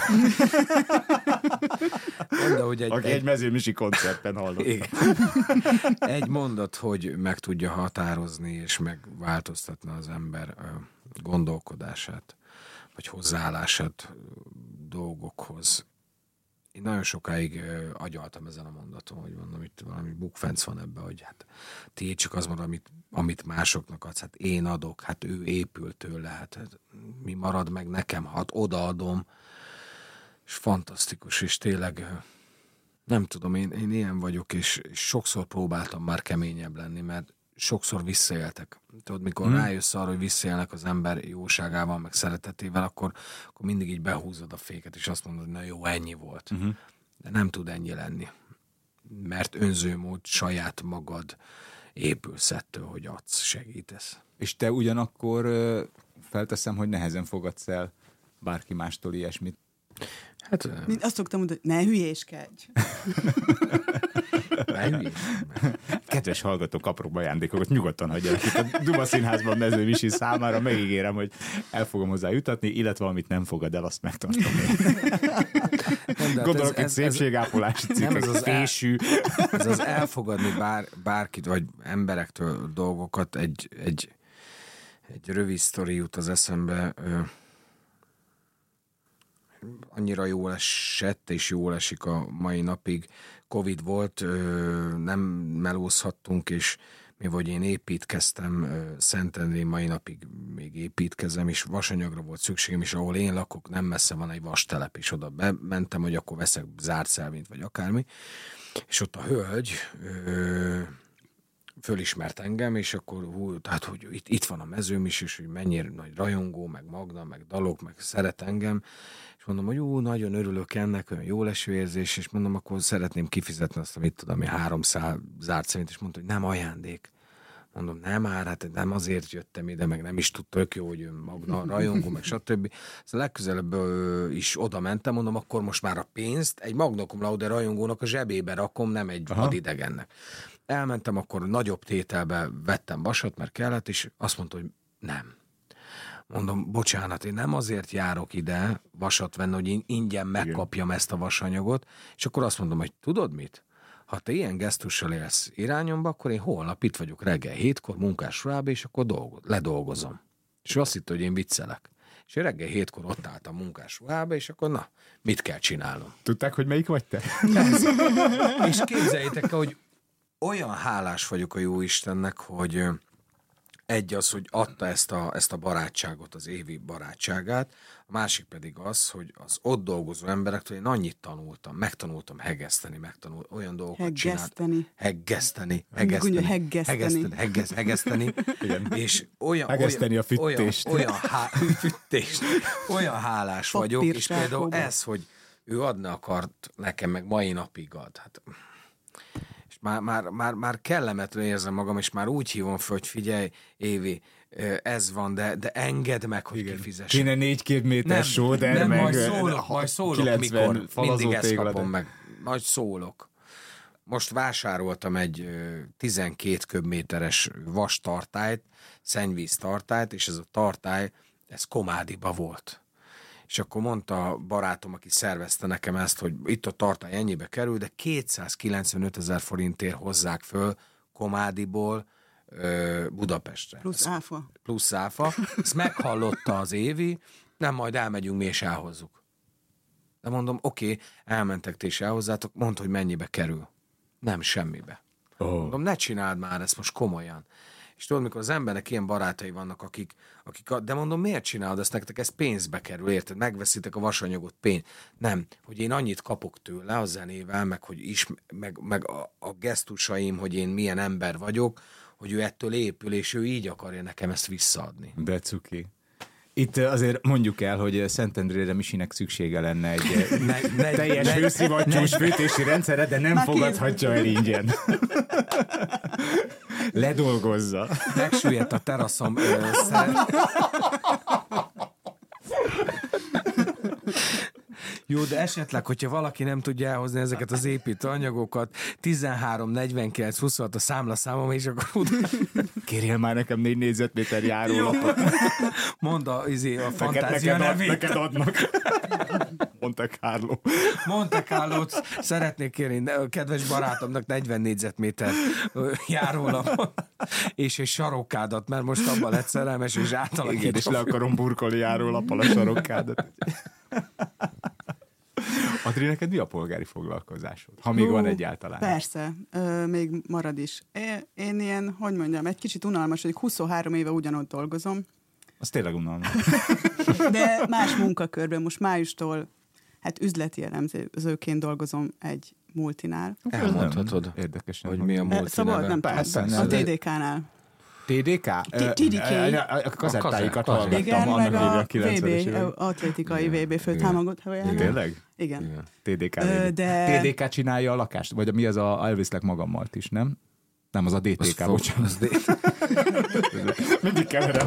Mondd, hogy egy, aki egy, egy mezőmisi koncerten hallott. Egy mondat, hogy meg tudja határozni és megváltoztatni az ember gondolkodását, vagy hozzáállását dolgokhoz. Én nagyon sokáig agyaltam ezen a mondaton, hogy mondom, itt valami bukfenc van ebben, hogy hát ti csak az marad, amit, amit másoknak adsz, hát én adok, hát ő épül tőle, hát, hát mi marad meg nekem, hát odaadom, és fantasztikus, és tényleg nem tudom, én, én ilyen vagyok, és, és sokszor próbáltam már keményebb lenni, mert sokszor visszaéltek. Tudod, mikor hmm. rájössz arra, hogy visszaélnek az ember jóságával, meg szeretetével, akkor, akkor mindig így behúzod a féket, és azt mondod, hogy na jó, ennyi volt. Uh-huh. De nem tud ennyi lenni. Mert önzőmód, saját magad épülsz ettől, hogy adsz, segítesz. És te ugyanakkor felteszem, hogy nehezen fogadsz el bárki mástól ilyesmit. Hát, Mind azt szoktam mondani, hogy ne hülyéskedj. Ne hülyéskedj. Kedves hallgatók, apró ajándékokat nyugodtan hagyjanak itt a Duma Színházban Mezőmisi számára, megígérem, hogy el fogom hozzá jutatni, illetve amit nem fogad el, azt megtartom én. Gondolok egy szépségápolási cikkek, fésű. Ez az elfogadni bár, bárkit, vagy emberektől dolgokat, egy, egy, egy rövid sztori jut az eszembe, annyira jól esett, és jól esik a mai napig. Covid volt, nem melózhattunk, és mi vagy én építkeztem, Szentendrén mai napig még építkezem, és vasanyagra volt szükségem, és ahol én lakok, nem messze van egy vastelep, és oda bementem, hogy akkor veszek zárt szelvényt, vagy akármi, és ott a hölgy ö, fölismert engem, és akkor hú, tehát, hogy itt, itt van a mezőm is, és hogy mennyire nagy rajongó, meg Magda, meg dalok, meg szeret engem, és mondom, hogy ú, nagyon örülök ennek, olyan jó leső érzés, és mondom, akkor szeretném kifizetni azt, amit tudom, háromszáz zárt szerint, és mondta, hogy nem ajándék. Mondom, nem már, hát nem azért jöttem ide, meg nem is tudta, tök jó, hogy ön Magna rajongó, meg stb. Szóval legközelebb ö, is oda mentem, mondom, akkor most már a pénzt egy Magna Cum Laude rajongónak a zsebébe rakom, nem egy vadidegennek. Elmentem, akkor nagyobb tételbe vettem vasat, mert kellett, és azt mondta, hogy nem. Mondom, bocsánat, én nem azért járok ide vasat venni, hogy én ingyen megkapjam Igen. ezt a vasanyagot, és akkor azt mondom, hogy tudod mit? Ha te ilyen gesztussal élsz irányomba, akkor én holnap itt vagyok reggel hétkor munkás ruhába, és akkor dolgo- ledolgozom. És azt hitt, hogy én viccelek. És én reggel hétkor ott álltam munkás ruhába, és akkor na, mit kell csinálnom? Tudták, hogy melyik vagy te? És képzeljétek el, hogy olyan hálás vagyok a Jóistennek, hogy egy az, hogy adta ezt a, ezt a barátságot, az évi barátságát, a másik pedig az, hogy az ott dolgozó emberektől én annyit tanultam, megtanultam hegeszteni, megtanultam olyan dolgokat csinálni. Heggeszteni. Heggeszteni. Heggeszteni. Heggeszteni. Heggeszteni. És olyan, hegeszteni a füttést. Olyan, olyan, há, füttést. Olyan hálás vagyok, és például ez, hogy ő adni akart nekem, meg mai napig ad. Hát... Már, már, már, már kellemetlen érzem magam, és már úgy hívom föl, hogy figyelj, Évi, ez van, de, de engedd meg, hogy kifizessem. Kéne négy kilométer sóder, nem, meg majd szólok, majd szólok, mikor mindig ezt kapom meg. Majd szólok. Most vásároltam egy tizenkét köbméteres vas tartályt, szennyvíz tartályt, és ez a tartály, ez Komádiba volt. És akkor mondta a barátom, aki szervezte nekem ezt, hogy itt a tartály ennyibe kerül, de kétszázkilencvenöt ezer forintért hozzák föl Komádiból ö, Budapestre. Plusz áfa. Plusz áfa. Ezt meghallotta az Évi, nem, majd elmegyünk mi és elhozzuk. De mondom, oké, okay, elmentek ti és elhozzátok, mondd, hogy mennyibe kerül. Nem semmibe. Oh. Mondom, ne csináld már ezt most komolyan. És tudod, mikor az embernek ilyen barátai vannak, akik, akik a, de mondom, miért csinálod ezt nektek? Ez pénzbe kerül, érted? Megveszitek a vasanyagot, pénz. Nem, hogy én annyit kapok tőle a zenével, meg, hogy is, meg, meg a, a gesztusaim, hogy én milyen ember vagyok, hogy ő ettől épül, és ő így akarja nekem ezt visszaadni. De cuki. Itt azért mondjuk el, hogy Szentendrére Misinek szüksége lenne egy ne, ne, teljes ne, hőszivattyús fűtési rendszerre, de nem Már fogadhatja el ingyen. Ledolgozza. Megsüllyedt a teraszom. Ö, szer... Jó, de esetleg, hogyha valaki nem tudja elhozni ezeket az építőanyagokat, tizenhárom negyvenkilenc huszonhat a számlaszámom, és akkor... Kérjél már nekem négy négyzetméter járólapot. Mondd a, izé, a fantázia neked, nevét. Neked adnak. Monte Carlo. Monte Carlót szeretnék kérni, kedves barátomnak negyven négyzetméter járólapot, és egy sarokkádat, mert most abban lett szerelmes, és átalakítom. Igen, és le akarom burkolni járólappal a sarokkádat. Adri, neked mi a polgári foglalkozásod? Ha még Hú, van egyáltalán. Persze, ö, még marad is. Én, én ilyen, hogy mondjam, egy kicsit unalmas, hogy huszonhárom éve ugyanott dolgozom. Az tényleg unalmas. De más munkakörben, most májustól hát üzleti elemzőként dolgozom egy multinál. Elmondhatod, érdekes, hogy mi a multinál. Szabad, nem persze, a té dé ká-nál. té dé ká? té dé ká. A kazettáikat hallgattam. Igen, meg a vé bé, atlétikai vé bé főtámogatójánál. Tényleg? Igen. té dé ká. De... té dé ká csinálja a lakást? Vagy mi az a elviszlek magammal is, nem? Nem, az a dé té ká, bocsánat. Mindig keverem.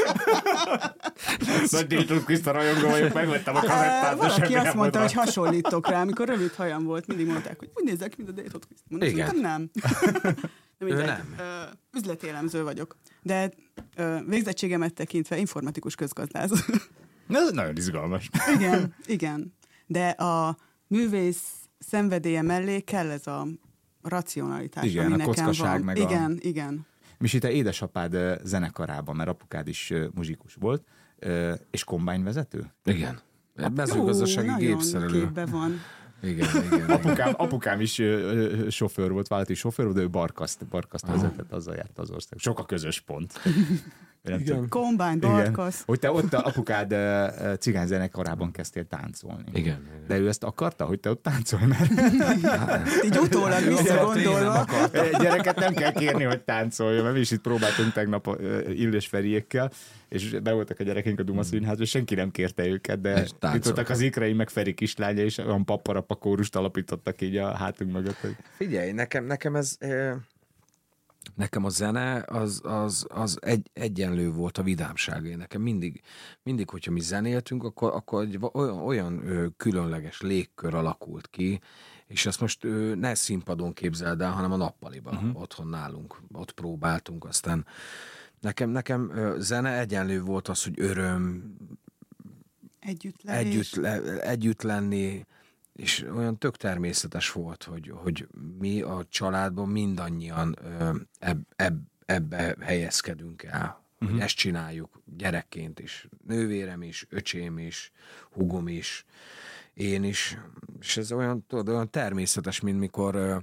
Nagy Détrusz Kriszta rajongó vagyok, megvettem a kazettát. Valaki azt mondta, hogy hasonlítok rá, amikor rövid hajam volt, mindig mondták, hogy úgy nézek, mint a Détrusz Kriszta. Mondom, igen. Nem. Nem, nem. Üzleti elemző vagyok. De végzettségemet tekintve informatikus közgazdász. Ez nagyon izgalmas. Igen, igen. De a művész szenvedélye mellé kell ez a racionalitás, igen, ami a nekem kockaság van. Meg igen, a... igen. Misi, te édesapád zenekarában, mert apukád is muzsikus volt, és kombányvezető? Igen. Mezőgazdasági gépszerelő. Képben van. Igen, igen. Apukám, apukám is ö, sofőr volt, vállalati sofőr volt, de ő barkaszt, barkaszt vezetett, azzal járt az ország. Sok a közös pont. Kombány, barkasz. Hogy te ott a apukád uh, cigány zenekarában kezdtél táncolni. Igen, igen. De ő ezt akarta, hogy te ott táncolj, mert... Így utólag visszagondolva. Gyereket nem kell kérni, hogy táncoljon, mert mi is itt próbáltunk tegnap uh, Illés Feriékkel, és be voltak a gyerekeink a Duma Színházban, és senki nem kérte őket, de itt voltak az Ikrei, meg Feri kislánya, és olyan papparapa kórust alapítottak így a hátunk mögött. Hogy... Figyelj, nekem, nekem ez... Eh... Nekem a zene az, az, az egy, egyenlő volt a vidámsága. Nekem mindig, mindig, hogyha mi zenéltünk, akkor, akkor egy olyan, olyan ö, különleges légkör alakult ki, és ezt most ö, ne színpadon képzeld el, hanem a nappaliban, uh-huh. otthon nálunk, ott próbáltunk, aztán nekem, nekem ö, zene egyenlő volt az, hogy öröm, együtt, együtt, le, együtt lenni, és olyan tök természetes volt, hogy, hogy mi a családban mindannyian eb, eb, ebbe helyezkedünk el. Uh-huh. Hogy ezt csináljuk gyerekként is. Nővérem is, öcsém is, húgom is, én is. És ez olyan, tudod, olyan természetes, mint mikor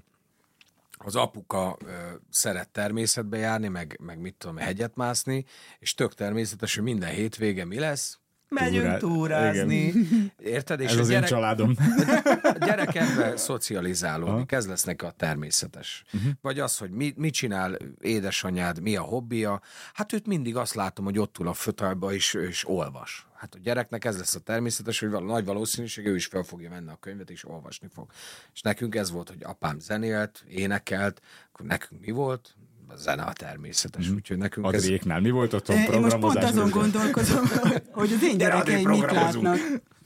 az apuka szeret természetbe járni, meg, meg mit tudom, hegyet mászni, és tök természetes, hogy minden hétvége mi lesz? Megyünk túrázni. Igen. Érted? És ez a az gyerek, én családom. A gyerek ebben szocializálódik, ez lesz neki a természetes. Uh-huh. Vagy az, hogy mit mi csinál édesanyád, mi a hobbija. Hát őt mindig azt látom, hogy ott ül a fötalba és, és olvas. Hát a gyereknek ez lesz a természetes, hogy nagy valószínűség ő is fel fogja venni a könyvet, és olvasni fog. És nekünk ez volt, hogy apám zenélt, énekelt, akkor nekünk mi volt? A zene a természetes, mm. úgyhogy nekünk Adriéknál ez... mi volt otthon én programozás? Én most pont azon gondolkozom, hogy az én gyerekeim mit látnak.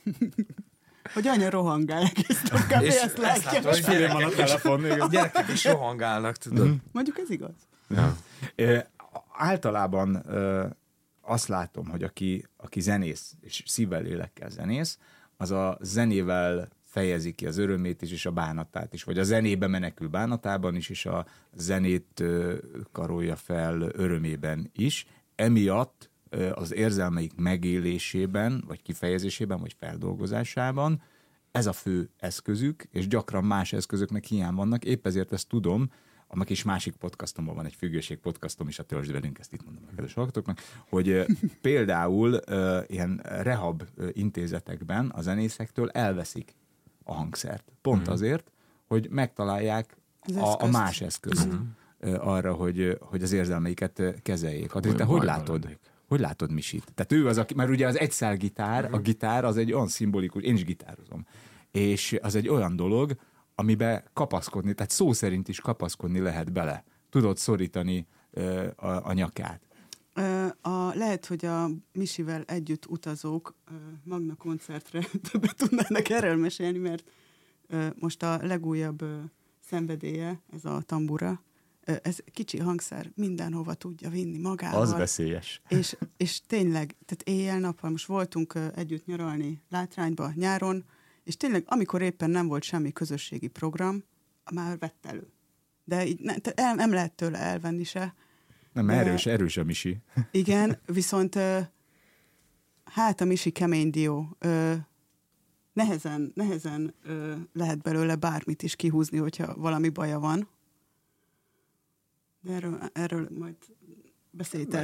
Hogy anya rohangál egész nap, kb. ezt látja. És félém van a telefon. A gyerekek is rohangálnak, tudod. Mm. Mondjuk ez igaz. Ja. E, általában e, azt látom, hogy aki, aki zenész, és szívvel lélekkel zenész, az a zenével fejezi ki az örömét is, és a bánatát is, vagy a zenébe menekül bánatában is, és a zenét karolja fel örömében is. Emiatt az érzelmeik megélésében, vagy kifejezésében, vagy feldolgozásában ez a fő eszközük, és gyakran más eszközöknek hiány vannak. Épp ezért ezt tudom, a kis másik podcastomban van egy függőség podcastom is, a Töltsd velünk, ezt itt mondom a kedves hallgatóknak, hogy például ilyen rehab intézetekben a zenészektől elveszik a hangszert. Pont mm. azért, hogy megtalálják a, a más eszközt mm. arra, hogy, hogy az érzelmeiket kezeljék. Adri, te hogy látod? Lennék. Hogy látod Misit? Tehát ő az, aki, mert ugye az egyszál gitár, a gitár az egy olyan szimbolikus, én is gitározom, és az egy olyan dolog, amiben kapaszkodni, tehát szó szerint is kapaszkodni lehet bele. Tudod szorítani ö, a, a nyakát. A, lehet, hogy a Misivel együtt utazók ö, Magna koncertre többet tudnának erről mesélni, mert ö, most a legújabb ö, szenvedélye, ez a tambura, ö, ez kicsi hangszer, mindenhova tudja vinni magával. Az veszélyes. És, és tényleg, tehát éjjel-nappal most voltunk ö, együtt nyaralni Látrányba nyáron, és tényleg, amikor éppen nem volt semmi közösségi program, már vett elő. De így ne, el, nem lehet tőle elvenni se. Nem, de, erős, erős a Misi. Igen, viszont hát a Misi kemény dió. Nehezen, nehezen lehet belőle bármit is kihúzni, hogyha valami baja van. De erről, erről majd beszélj te.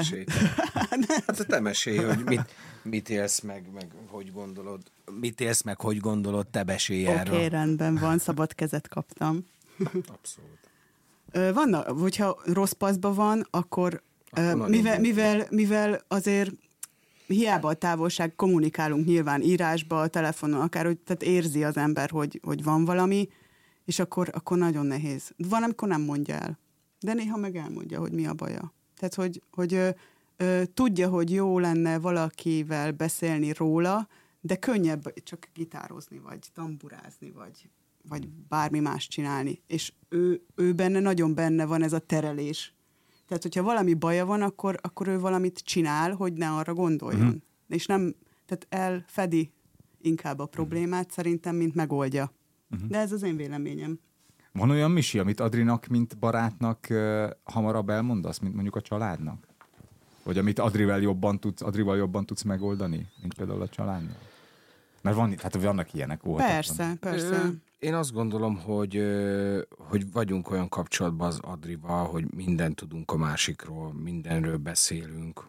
Hát te mesélj, hogy mit, mit élsz meg, meg hogy gondolod. Mit élsz meg, hogy gondolod, te besélj erről. Oké, okay, rendben van, szabad kezet kaptam. Abszolút. Vannak, hogyha rossz paszban van, akkor, akkor mivel, mivel, mivel azért hiába a távolság, kommunikálunk nyilván írásba, telefonon, akár, hogy tehát érzi az ember, hogy, hogy van valami, és akkor, akkor nagyon nehéz. Van, amikor nem mondja el, de néha meg elmondja, hogy mi a baja. Tehát, hogy, hogy ö, ö, tudja, hogy jó lenne valakivel beszélni róla, de könnyebb csak gitározni, vagy tamburázni, vagy vagy bármi más csinálni. És ő, ő benne, nagyon benne van ez a terelés. Tehát, hogyha valami baja van, akkor, akkor ő valamit csinál, hogy ne arra gondoljon. Uh-huh. És nem, tehát elfedi inkább a problémát szerintem, mint megoldja. Uh-huh. De ez az én véleményem. Van olyan Misi, amit Adrinak, mint barátnak uh, hamarabb elmondasz, mint mondjuk a családnak? Vagy amit Adrival jobban tudsz, Adrival jobban tudsz megoldani, mint például a családnak? Mert van, tehát vannak ilyenek óhatatlan. Persze, persze. Én azt gondolom, hogy, hogy vagyunk olyan kapcsolatban az Adrival, hogy mindent tudunk a másikról, mindenről beszélünk,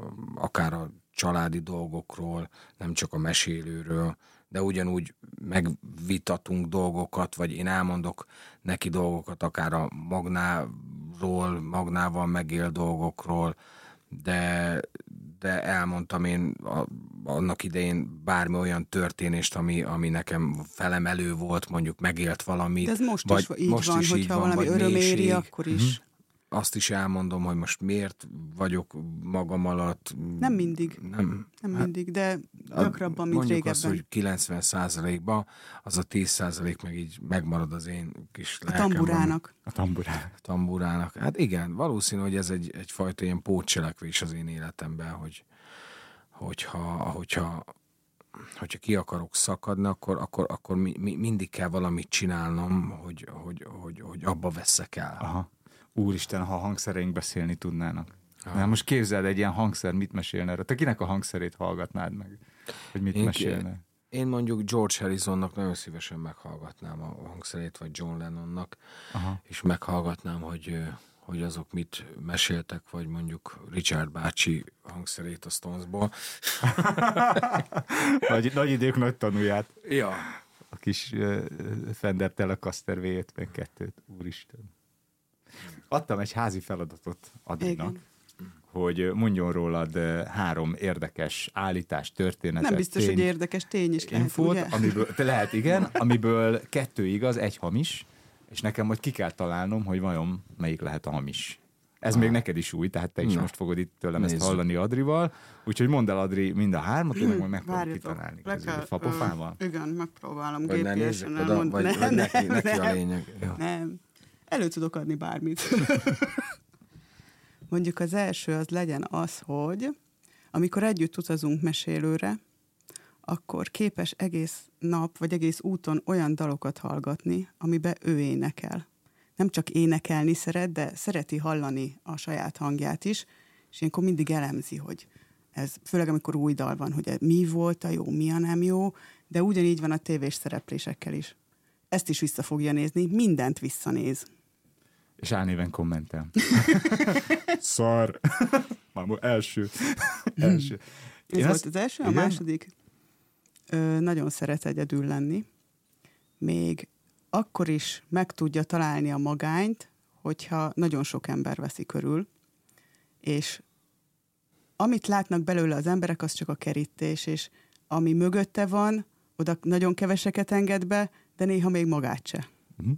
akár a családi dolgokról, nem csak a mesélőről, de ugyanúgy megvitatunk dolgokat, vagy én elmondok neki dolgokat, akár a Magnáról, Magnával megél dolgokról, de, de elmondtam én a, annak idején bármi olyan történést, ami, ami nekem felemelő volt, mondjuk megélt valamit. De ez most vagy, is így most van, is hogyha így van, valami öröm éri, akkor is. Uh-huh. Azt is elmondom, hogy most miért vagyok magam alatt. Nem mindig. Nem, nem hát, mindig, de gyakrabban, mint mondjuk régebben. Azt, hogy kilencven százalékban az a tíz százalék meg így megmarad az én kis a tamburának. A tamburának. tamburának. Hát igen, valószínű, hogy ez egy, egyfajta ilyen pótcselekvés az én életemben, hogy hogyha, hogyha, hogyha ki akarok szakadni, akkor, akkor, akkor mi, mi, mindig kell valamit csinálnom, hogy, hogy, hogy, hogy abba veszek el. Aha. Úristen, ha a hangszereink beszélni tudnának. Na, most képzeld, egy ilyen hangszer mit mesélne erre? Te kinek a hangszerét hallgatnád meg? Hogy mit én, mesélne? Én mondjuk George Harrisonnak nagyon szívesen meghallgatnám a hangszerét, vagy John Lennonnak, aha, és meghallgatnám, hogy, hogy azok mit meséltek, vagy mondjuk Richard bácsi hangszerét a Stonesból. nagy, nagy idők nagy tanulját. Ja. A kis uh, Fender Telecaster vé ötvenkettőt. Úristen. Adtam egy házi feladatot Adrinak, igen, hogy mondjon rólad három érdekes állítás, történetet. Nem biztos, tény, hogy érdekes tény is lehet, infót, ugye? Amiből, lehet, igen, amiből kettő igaz, egy hamis, és nekem majd ki kell találnom, hogy vajon melyik lehet a hamis. Ez ah. még neked is új, tehát te is na, most fogod itt tőlem nézzük, ezt hallani Adrival, úgyhogy mondd el, Adri, mind a hármat, én meg megpróbálom kitalálni. Kell, fapofával? Ö, igen, megpróbálom gé pé es-en elmondani. Vagy, vagy neki, neki a lényeg. Ja. Nem. Elő tudok adni bármit. Mondjuk az első az legyen az, hogy amikor együtt utazunk mesélőre, akkor képes egész nap, vagy egész úton olyan dalokat hallgatni, amiben ő énekel. Nem csak énekelni szeret, de szereti hallani a saját hangját is, és ilyenkor mindig elemzi, hogy ez, főleg amikor új dal van, hogy mi volt a jó, mi a nem jó, de ugyanígy van a tévés szereplésekkel is. Ezt is vissza fogja nézni, mindent visszanéz. És álnéven kommentel. Szar. Már első. első. Ez Én volt azt... az első, a Igen? második. Ö, nagyon szeret egyedül lenni. Még akkor is meg tudja találni a magányt, hogyha nagyon sok ember veszi körül, és amit látnak belőle az emberek, az csak a kerítés, és ami mögötte van, oda nagyon keveseket enged be, de néha még magát se. Uh-huh.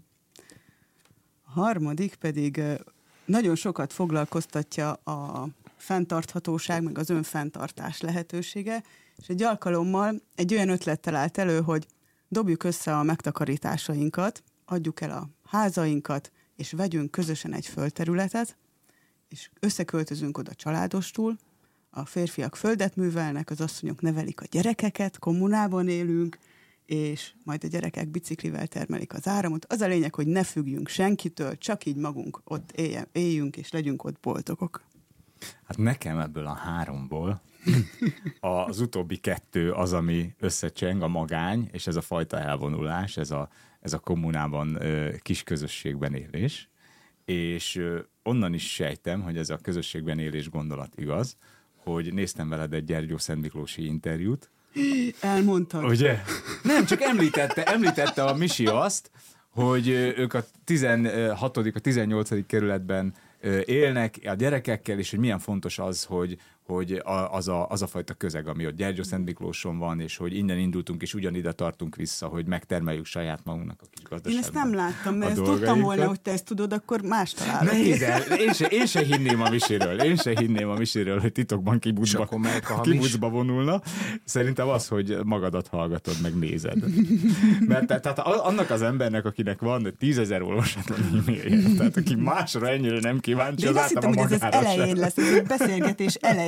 A harmadik pedig nagyon sokat foglalkoztatja a fenntarthatóság, meg az önfenntartás lehetősége, és egy alkalommal egy olyan ötlettel állt elő, hogy dobjuk össze a megtakarításainkat, adjuk el a házainkat, és vegyünk közösen egy földterületet, és összeköltözünk oda családostul, a férfiak földet művelnek, az asszonyok nevelik a gyerekeket, kommunában élünk, és majd a gyerekek biciklivel termelik az áramot. Az a lényeg, hogy ne függjünk senkitől, csak így magunk ott éljen, éljünk, és legyünk ott boldogok. Hát nekem ebből a háromból az utóbbi kettő az, ami összecseng, a magány, és ez a fajta elvonulás, ez a, ez a kommunában kis közösségben élés, és onnan is sejtem, hogy ez a közösségben élés gondolat igaz, hogy néztem veled egy Gyergyó Szent Miklósi interjút. Elmondtad. Ugye? Nem, csak említette, említette a Misi azt, hogy ők a tizenhatodik, a tizennyolcadik kerületben élnek a gyerekekkel, és hogy milyen fontos az, hogy, hogy az, a, az a fajta közeg, ami ott Gyergyó Szent Miklóson van, és hogy innen indultunk, és ugyanide tartunk vissza, hogy megtermeljük saját magunknak a kis gazdaságban. Én ezt nem láttam, mert ezt tudtam volna, hogy te ezt tudod, akkor más találok. Nehéz el, én se, én se hinném a Misiről, én se hinném a Misiről, hogy titokban kibucba, kibucba vonulna. Szerintem az, hogy magadat hallgatod, meg nézed. Mert tehát annak az embernek, akinek van tízezer olvasatlan e-mailje, tehát aki másra ennyire nem kíváncsi, az általában magára sem. De én azt hittem, hogy ez az elején lesz, ez egy beszélgetés elején.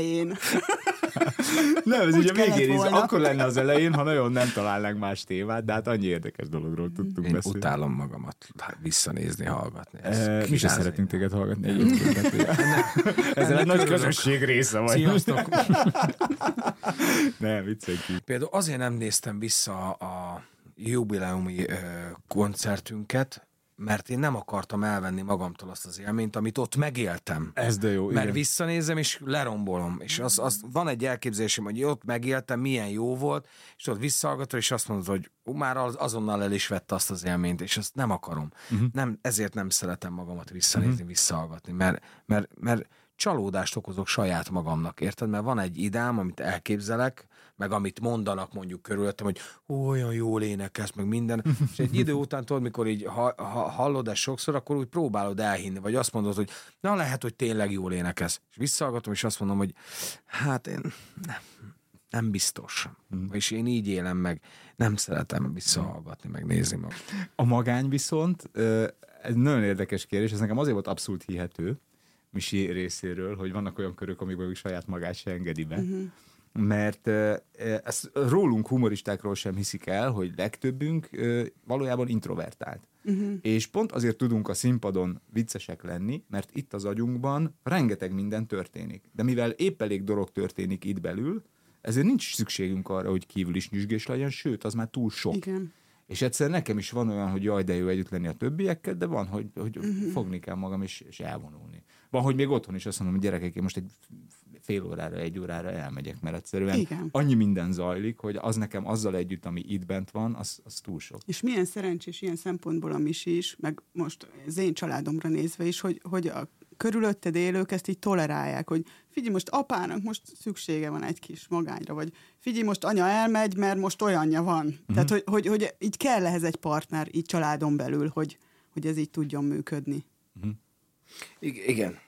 Nem, ez ugye még érész. Akkor lenne az elején, ha nagyon nem találnánk más témát, de hát annyi érdekes dologról tudtunk Én beszélni. utálom magamat visszanézni, hallgatni. E, mi sem szeretünk téged hallgatni egyébként. Ez egy nagy közösség része vagy. Sziasztok! Nem, viccelj ki. Például azért nem néztem vissza a jubileumi ö, koncertünket, mert én nem akartam elvenni magamtól azt az élményt, amit ott megéltem. Ez de jó, Mert igen. visszanézem, és lerombolom. És az, az, van egy elképzelésem, hogy ott megéltem, milyen jó volt, és ott visszahallgatod, és azt mondod, hogy ó, már az, azonnal el is vette azt az élményt, és azt nem akarom. Uh-huh. Nem, ezért nem szeretem magamat visszanézni, uh-huh. visszahallgatni, mert, mert, mert csalódást okozok saját magamnak, érted? Mert van egy idám, amit elképzelek, meg amit mondanak mondjuk körülöttem, hogy olyan jól énekelsz, meg minden, és egy idő után tudod, mikor így ha, ha, hallod ezt sokszor, akkor úgy próbálod elhinni, vagy azt mondod, hogy na lehet, hogy tényleg jól énekelsz. És visszahallgatom, és azt mondom, hogy hát én nem, nem biztos. Mm. És én így élem meg, nem szeretem visszahallgatni, meg nézni magam. A magány viszont, ez nagyon érdekes kérdés, ez nekem azért volt abszolút hihető, Misi részéről, hogy vannak olyan körök, amikben saját magát se engedi be. Uh-huh. Mert ezt rólunk humoristákról sem hiszik el, hogy legtöbbünk valójában introvertált. Uh-huh. És pont azért tudunk a színpadon viccesek lenni, mert itt az agyunkban rengeteg minden történik. De mivel épp elég dolog történik itt belül, ezért nincs szükségünk arra, hogy kívül is nyüzsgés legyen, sőt, az már túl sok. Igen. És egyszer nekem is van olyan, hogy jaj, de jó együtt lenni a többiekkel, de van, hogy, hogy uh-huh. fogni kell magam és, és elvonulni. Van, hogy még otthon is azt mondom, hogy gyerekek, én most egy fél órára, egy órára elmegyek, mert egyszerűen igen. annyi minden zajlik, hogy az nekem azzal együtt, ami itt bent van, az, az túl sok. És milyen szerencsés ilyen szempontból a Misi is, meg most az én családomra nézve is, hogy, hogy a körülötted élők ezt így tolerálják, hogy figyelj, most apának most szüksége van egy kis magányra, vagy figyelj, most anya elmegy, mert most olyanja van. Uh-huh. Tehát, hogy, hogy, hogy így kell ehhez egy partner, így családon belül, hogy, hogy ez így tudjon működni. Uh-huh. I- igen.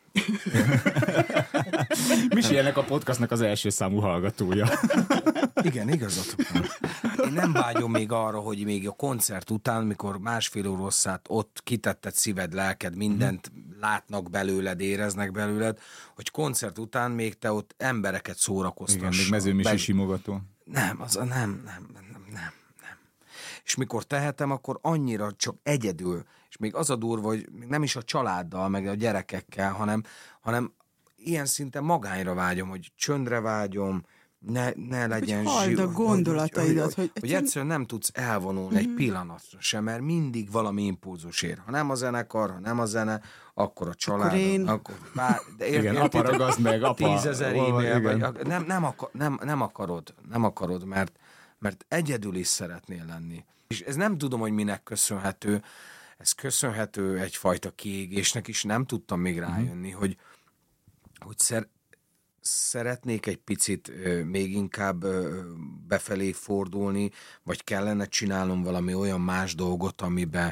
Misi ennek a podcastnak az első számú hallgatója. Igen, igazatok van. Én nem vágyom még arra, hogy még a koncert után, mikor másfél órosszát ott kitetted szíved, lelked, mindent látnak belőled, éreznek belőled, hogy koncert után még te ott embereket szórakoztass. Igen, még Mezőmisi Be... simogató. Nem, az a nem, nem, nem, nem, nem. És mikor tehetem, akkor annyira csak egyedül, és még az a durva, hogy nem is a családdal, meg a gyerekekkel, hanem, hanem ilyen szinten magányra vágyom, hogy csöndre vágyom, ne, ne legyen hogy halld a gondolataidat. Hogy, hogy, hogy, hogy, hogy egyszerűen nem tudsz elvonulni uh-huh. egy pillanatra sem, mert mindig valami impulzus ér. Ha nem a zenekar, ha nem a zene, akkor a család. Akkor én. Akkor bár, de ér, igen, apa ragaszd meg, apa. Tízezer e-mail, vagy, nem, nem, akar, nem, nem akarod, nem akarod, mert, mert egyedül is szeretnél lenni. És ez nem tudom, hogy minek köszönhető. Ez köszönhető egyfajta kiégésnek is, nem tudtam még rájönni, uh-huh. hogy, hogy szer, szeretnék egy picit ö, még inkább ö, befelé fordulni, vagy kellene csinálnom valami olyan más dolgot, amiben,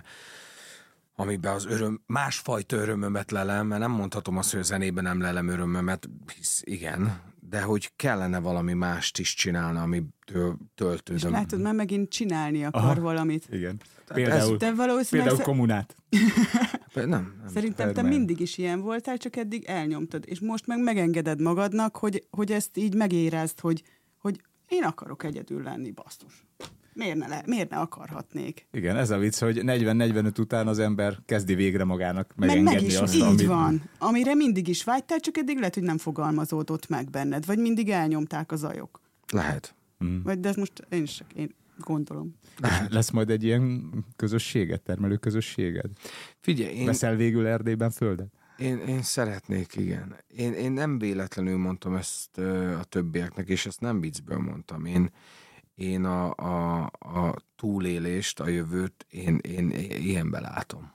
amiben az öröm, másfajta örömömet lelem, mert nem mondhatom azt, hogy a zenében nem lelem örömömet, hisz igen, de hogy kellene valami mást is csinálni, amitől töltődöm. És látod, már megint csinálni akar Aha, valamit. Igen. Például, ez, például kommunát. nem, nem. Szerintem te mindig is ilyen voltál, csak eddig elnyomtad. És most meg megengeded magadnak, hogy, hogy ezt így megérezd, hogy, hogy én akarok egyedül lenni, basszus. Miért ne, le, miért ne akarhatnék? Igen, ez a vicc, hogy negyven-negyvenöt után az ember kezdi végre magának megengedni meg, meg is, azt, így amit... van. Amire mindig is vágytál, csak eddig lehet, hogy nem fogalmazódott meg benned, vagy mindig elnyomták a zajok. Lehet. Mm. Vagy de ezt most én is csak én gondolom. Lehet. Lesz majd egy ilyen közösséged, termelő közösséged? Figyelj, én... Veszel végül Erdélyben földet? Én, én szeretnék, igen. Én, én nem véletlenül mondtam ezt ö, a többieknek, és ezt nem viccből mondtam. Én Én a, a, a túlélést, a jövőt, én, én ilyenbe látom.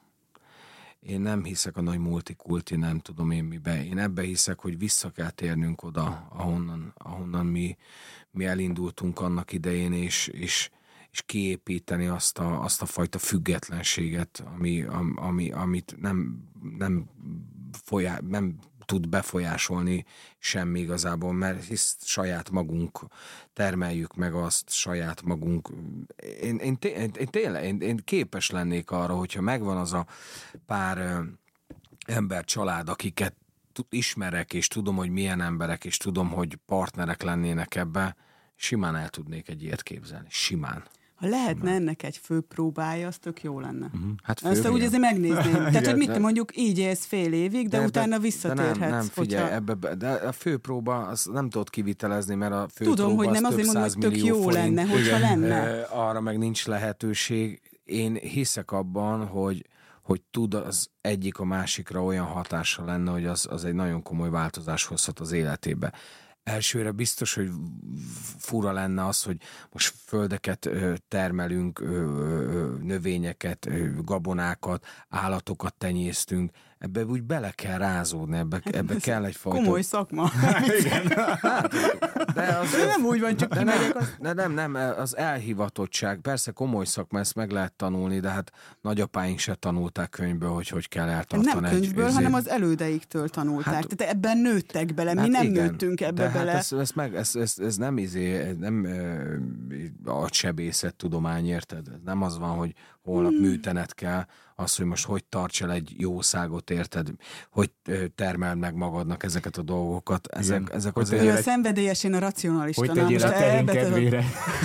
Én nem hiszek a nagy multikulti, nem tudom én mibe. Én ebbe hiszek, hogy vissza kell térnünk oda, ahonnan, ahonnan mi, mi elindultunk annak idején, és, és, és kiépíteni azt a, azt a fajta függetlenséget, ami, ami, amit nem, nem, folyá, nem tud befolyásolni semmi igazából, mert hisz saját magunk termeljük meg azt, saját magunk. Én, én, én, én tényleg, én, én képes lennék arra, hogyha megvan az a pár ö, ember, család, akiket ismerek, és tudom, hogy milyen emberek, és tudom, hogy partnerek lennének ebbe, simán el tudnék egy ilyet képzelni. Simán. Ha lehetne simán. Ennek egy fő próbája, az tök jó lenne. Uh-huh. Hát fő, azt úgy azért megnézném. Tehát, hogy mit te mondjuk így élsz fél évig, de, de utána de, visszatérhetsz. De nem, nem figyelj, hogyha... ebbe, de a főpróba, azt nem tudod kivitelezni, mert a fő tudom, próba hogy nem azért mondom, hogy tök jó forint, lenne, hogyha lenne. Arra meg nincs lehetőség. Én hiszek abban, hogy hogy tud az egyik a másikra olyan hatással lenne, hogy az, az egy nagyon komoly változás hozhat az életébe. Elsőre biztos, hogy fura lenne az, hogy most földeket termelünk, növényeket, gabonákat, állatokat tenyésztünk. Ebbe úgy bele kell rázódni, ebbe, ebbe kell egyfajta... Komoly szakma. Igen. Hát, de, az, de nem úgy van, csak de nem, az... de nem, nem, az elhivatottság. Persze komoly szakma, ezt meg lehet tanulni, de hát nagyapáink se tanulták könyvből, hogy hogy kell eltartani. Nem könyvből, egy, hanem az elődeiktől tanulták. Hát, Tehát ebben nőttek bele, mi hát nem igen, nőttünk ebbe de bele. Hát ez, ez, meg, ez, ez, ez nem, izé, nem a sebészet tudomány, érted? Nem az van, hogy holnap hmm. műtenet kell, az, hogy most hogy tarts el egy jószágot, érted? Hogy termeld meg magadnak ezeket a dolgokat. Ezek, igen. ezek az ő a szenvedélyes, én a racionalista. Hogy tegyél a terén kedvére.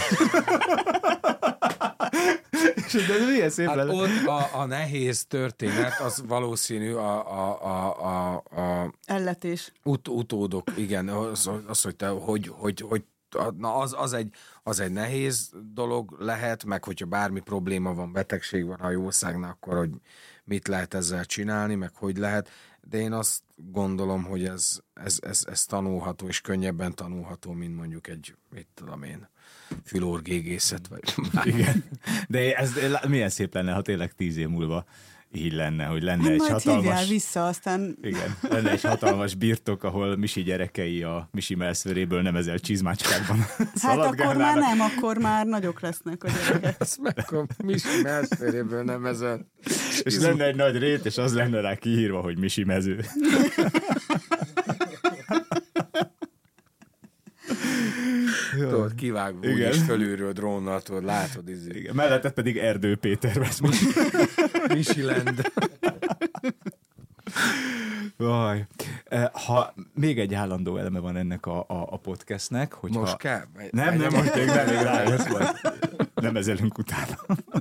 De ez milyen szép hát ott a, a nehéz történet, az valószínű a, a, a, a, a elletés. Ut, utódok, igen, az, az hogy te, hogy, hogy, hogy na az, az, egy, az egy nehéz dolog lehet, meg hogyha bármi probléma van, betegség van a jószágnál, akkor hogy mit lehet ezzel csinálni, meg hogy lehet, de én azt gondolom, hogy ez, ez, ez, ez tanulható, és könnyebben tanulható, mint mondjuk egy, mit tudom én, fülorgégészet, vagy igen. De ez milyen szép lenne, ha tényleg tíz év múlva így lenne, hogy lenne hát egy majd hatalmas... vissza, aztán... Igen, lenne egy hatalmas birtok, ahol Misi gyerekei a Misi melszöréből nemezel csizmácskákban hát akkor már nem, akkor már nagyok lesznek a gyerekek. Azt meg a Misi melszöréből nemezel. És lenne egy nagy rét, és az lenne rá kiírva, hogy Misi mező. Tudod, kivágva úgy, és fölülről drónnal, tudod, látod, izé. Igen, mellette pedig Erdő Péter vesz. Misiland. Vaj. Ha még egy állandó eleme van ennek a, a, a podcastnek, hogyha... Most kell? Nem, nem, most még nem, még rájössz majd. Nem ezelünk utána.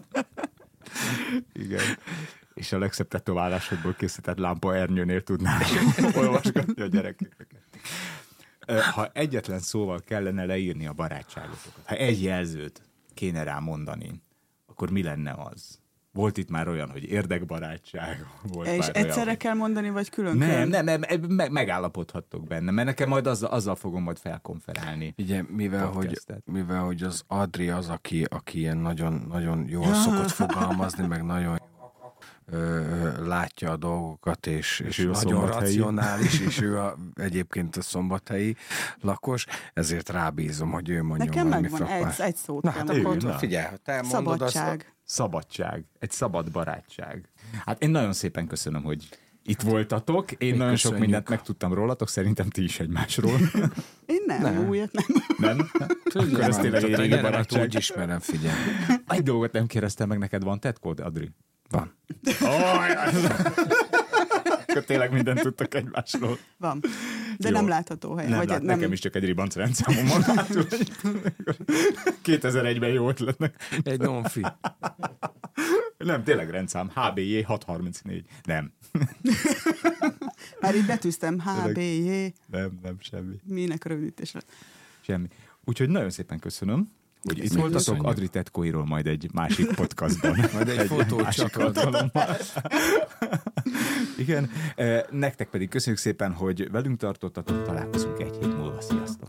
Igen. És a legszebb tetoválásodból készített lámpa ernyőnél tudnál olvasgatni a gyerekeket. Ha egyetlen szóval kellene leírni a barátságotokat, ha egy jelzőt kéne rá mondani, akkor mi lenne az? Volt itt már olyan, hogy érdekbarátság. Volt és már egyszerre olyan, kell mondani, vagy külön nem, kell? nem, nem, meg, megállapodhattok benne, mert nekem majd azzal, azzal fogom majd felkonferálni. Ugye, mivel hogy, mivel hogy az Adri az, aki, aki ilyen nagyon, nagyon jól szokott fogalmazni, meg nagyon ö, látja a dolgokat, és, és, és nagyon racionális, és ő a, egyébként a szombathelyi lakos, ezért rábízom, hogy ő mondjon nekem valami megvan, frappás. egy, egy szót na, kell. hát akkor na. figyelj, ha te mondod azt... Szabadság. Szabadság. Egy szabad barátság. Hát én nagyon szépen köszönöm, hogy itt voltatok. Én Mi nagyon köszönjük. sok mindent megtudtam rólatok, szerintem ti is egymásról. Én nem, Nem. újat nem. Nem? Akkor ez tényleg egy régi barátság. Úgy ismerem, figyelj. Egy dolgot nem kérdeztem meg, neked van tetkód, Adri? Van. Oh, akkor tényleg mindent tudtak egymásról. Van. De Jó. nem látható helyen. Nem, vagy lát, nem... nekem is csak egy ribanc rendszámom van hátul. kétezer-egyben jó ötletnek. Egy nonfi. Nem, tényleg rendszám. há bé jé hatszázharmincnégy. Nem. Már így betűztem há bé jé. Nem, nem, semmi. Minek a rövidítése? Semmi. Úgyhogy nagyon szépen köszönöm, hogy itt voltatok. köszönjük. Adri tetkóiról majd egy másik podcastban. Majd egy fotót másik csak ad. alkalommal. Igen. Eh, Nektek pedig köszönjük szépen, hogy velünk tartottatok. Találkozunk egy hét múlva. Sziasztok!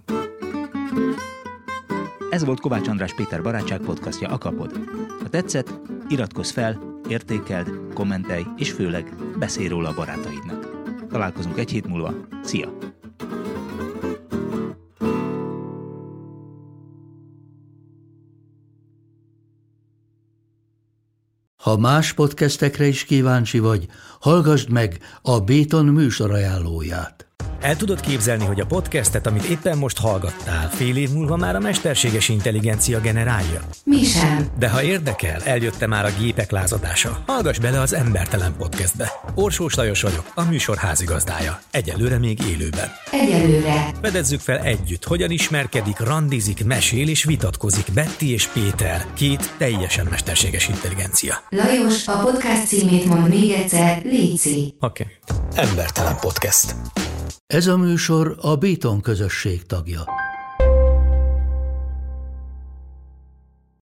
Ez volt Kovács András Péter barátság podcastja, a Kapod. Ha tetszett, iratkozz fel, értékeld, kommentelj, és főleg beszélj róla a barátaidnak. Találkozunk egy hét múlva. Szia! Ha más podcastekre is kíváncsi vagy, hallgassd meg a Béton műsor ajánlóját. El tudod képzelni, hogy a podcastet, amit éppen most hallgattál, fél év múlva már a mesterséges intelligencia generálja? Mi sem. De ha érdekel, eljött már a gépek lázadása. Hallgass bele az Embertelen Podcastbe. Orsós Lajos vagyok, a műsor házigazdája. Egyelőre még élőben. Egyelőre. Fedezzük fel együtt, hogyan ismerkedik, randizik, mesél és vitatkozik Betty és Péter, két teljesen mesterséges intelligencia. Lajos, a podcast címét mond még egyszer, léci. Oké. Okay. Embertelen Podcast. Ez a műsor a Béton közösség tagja.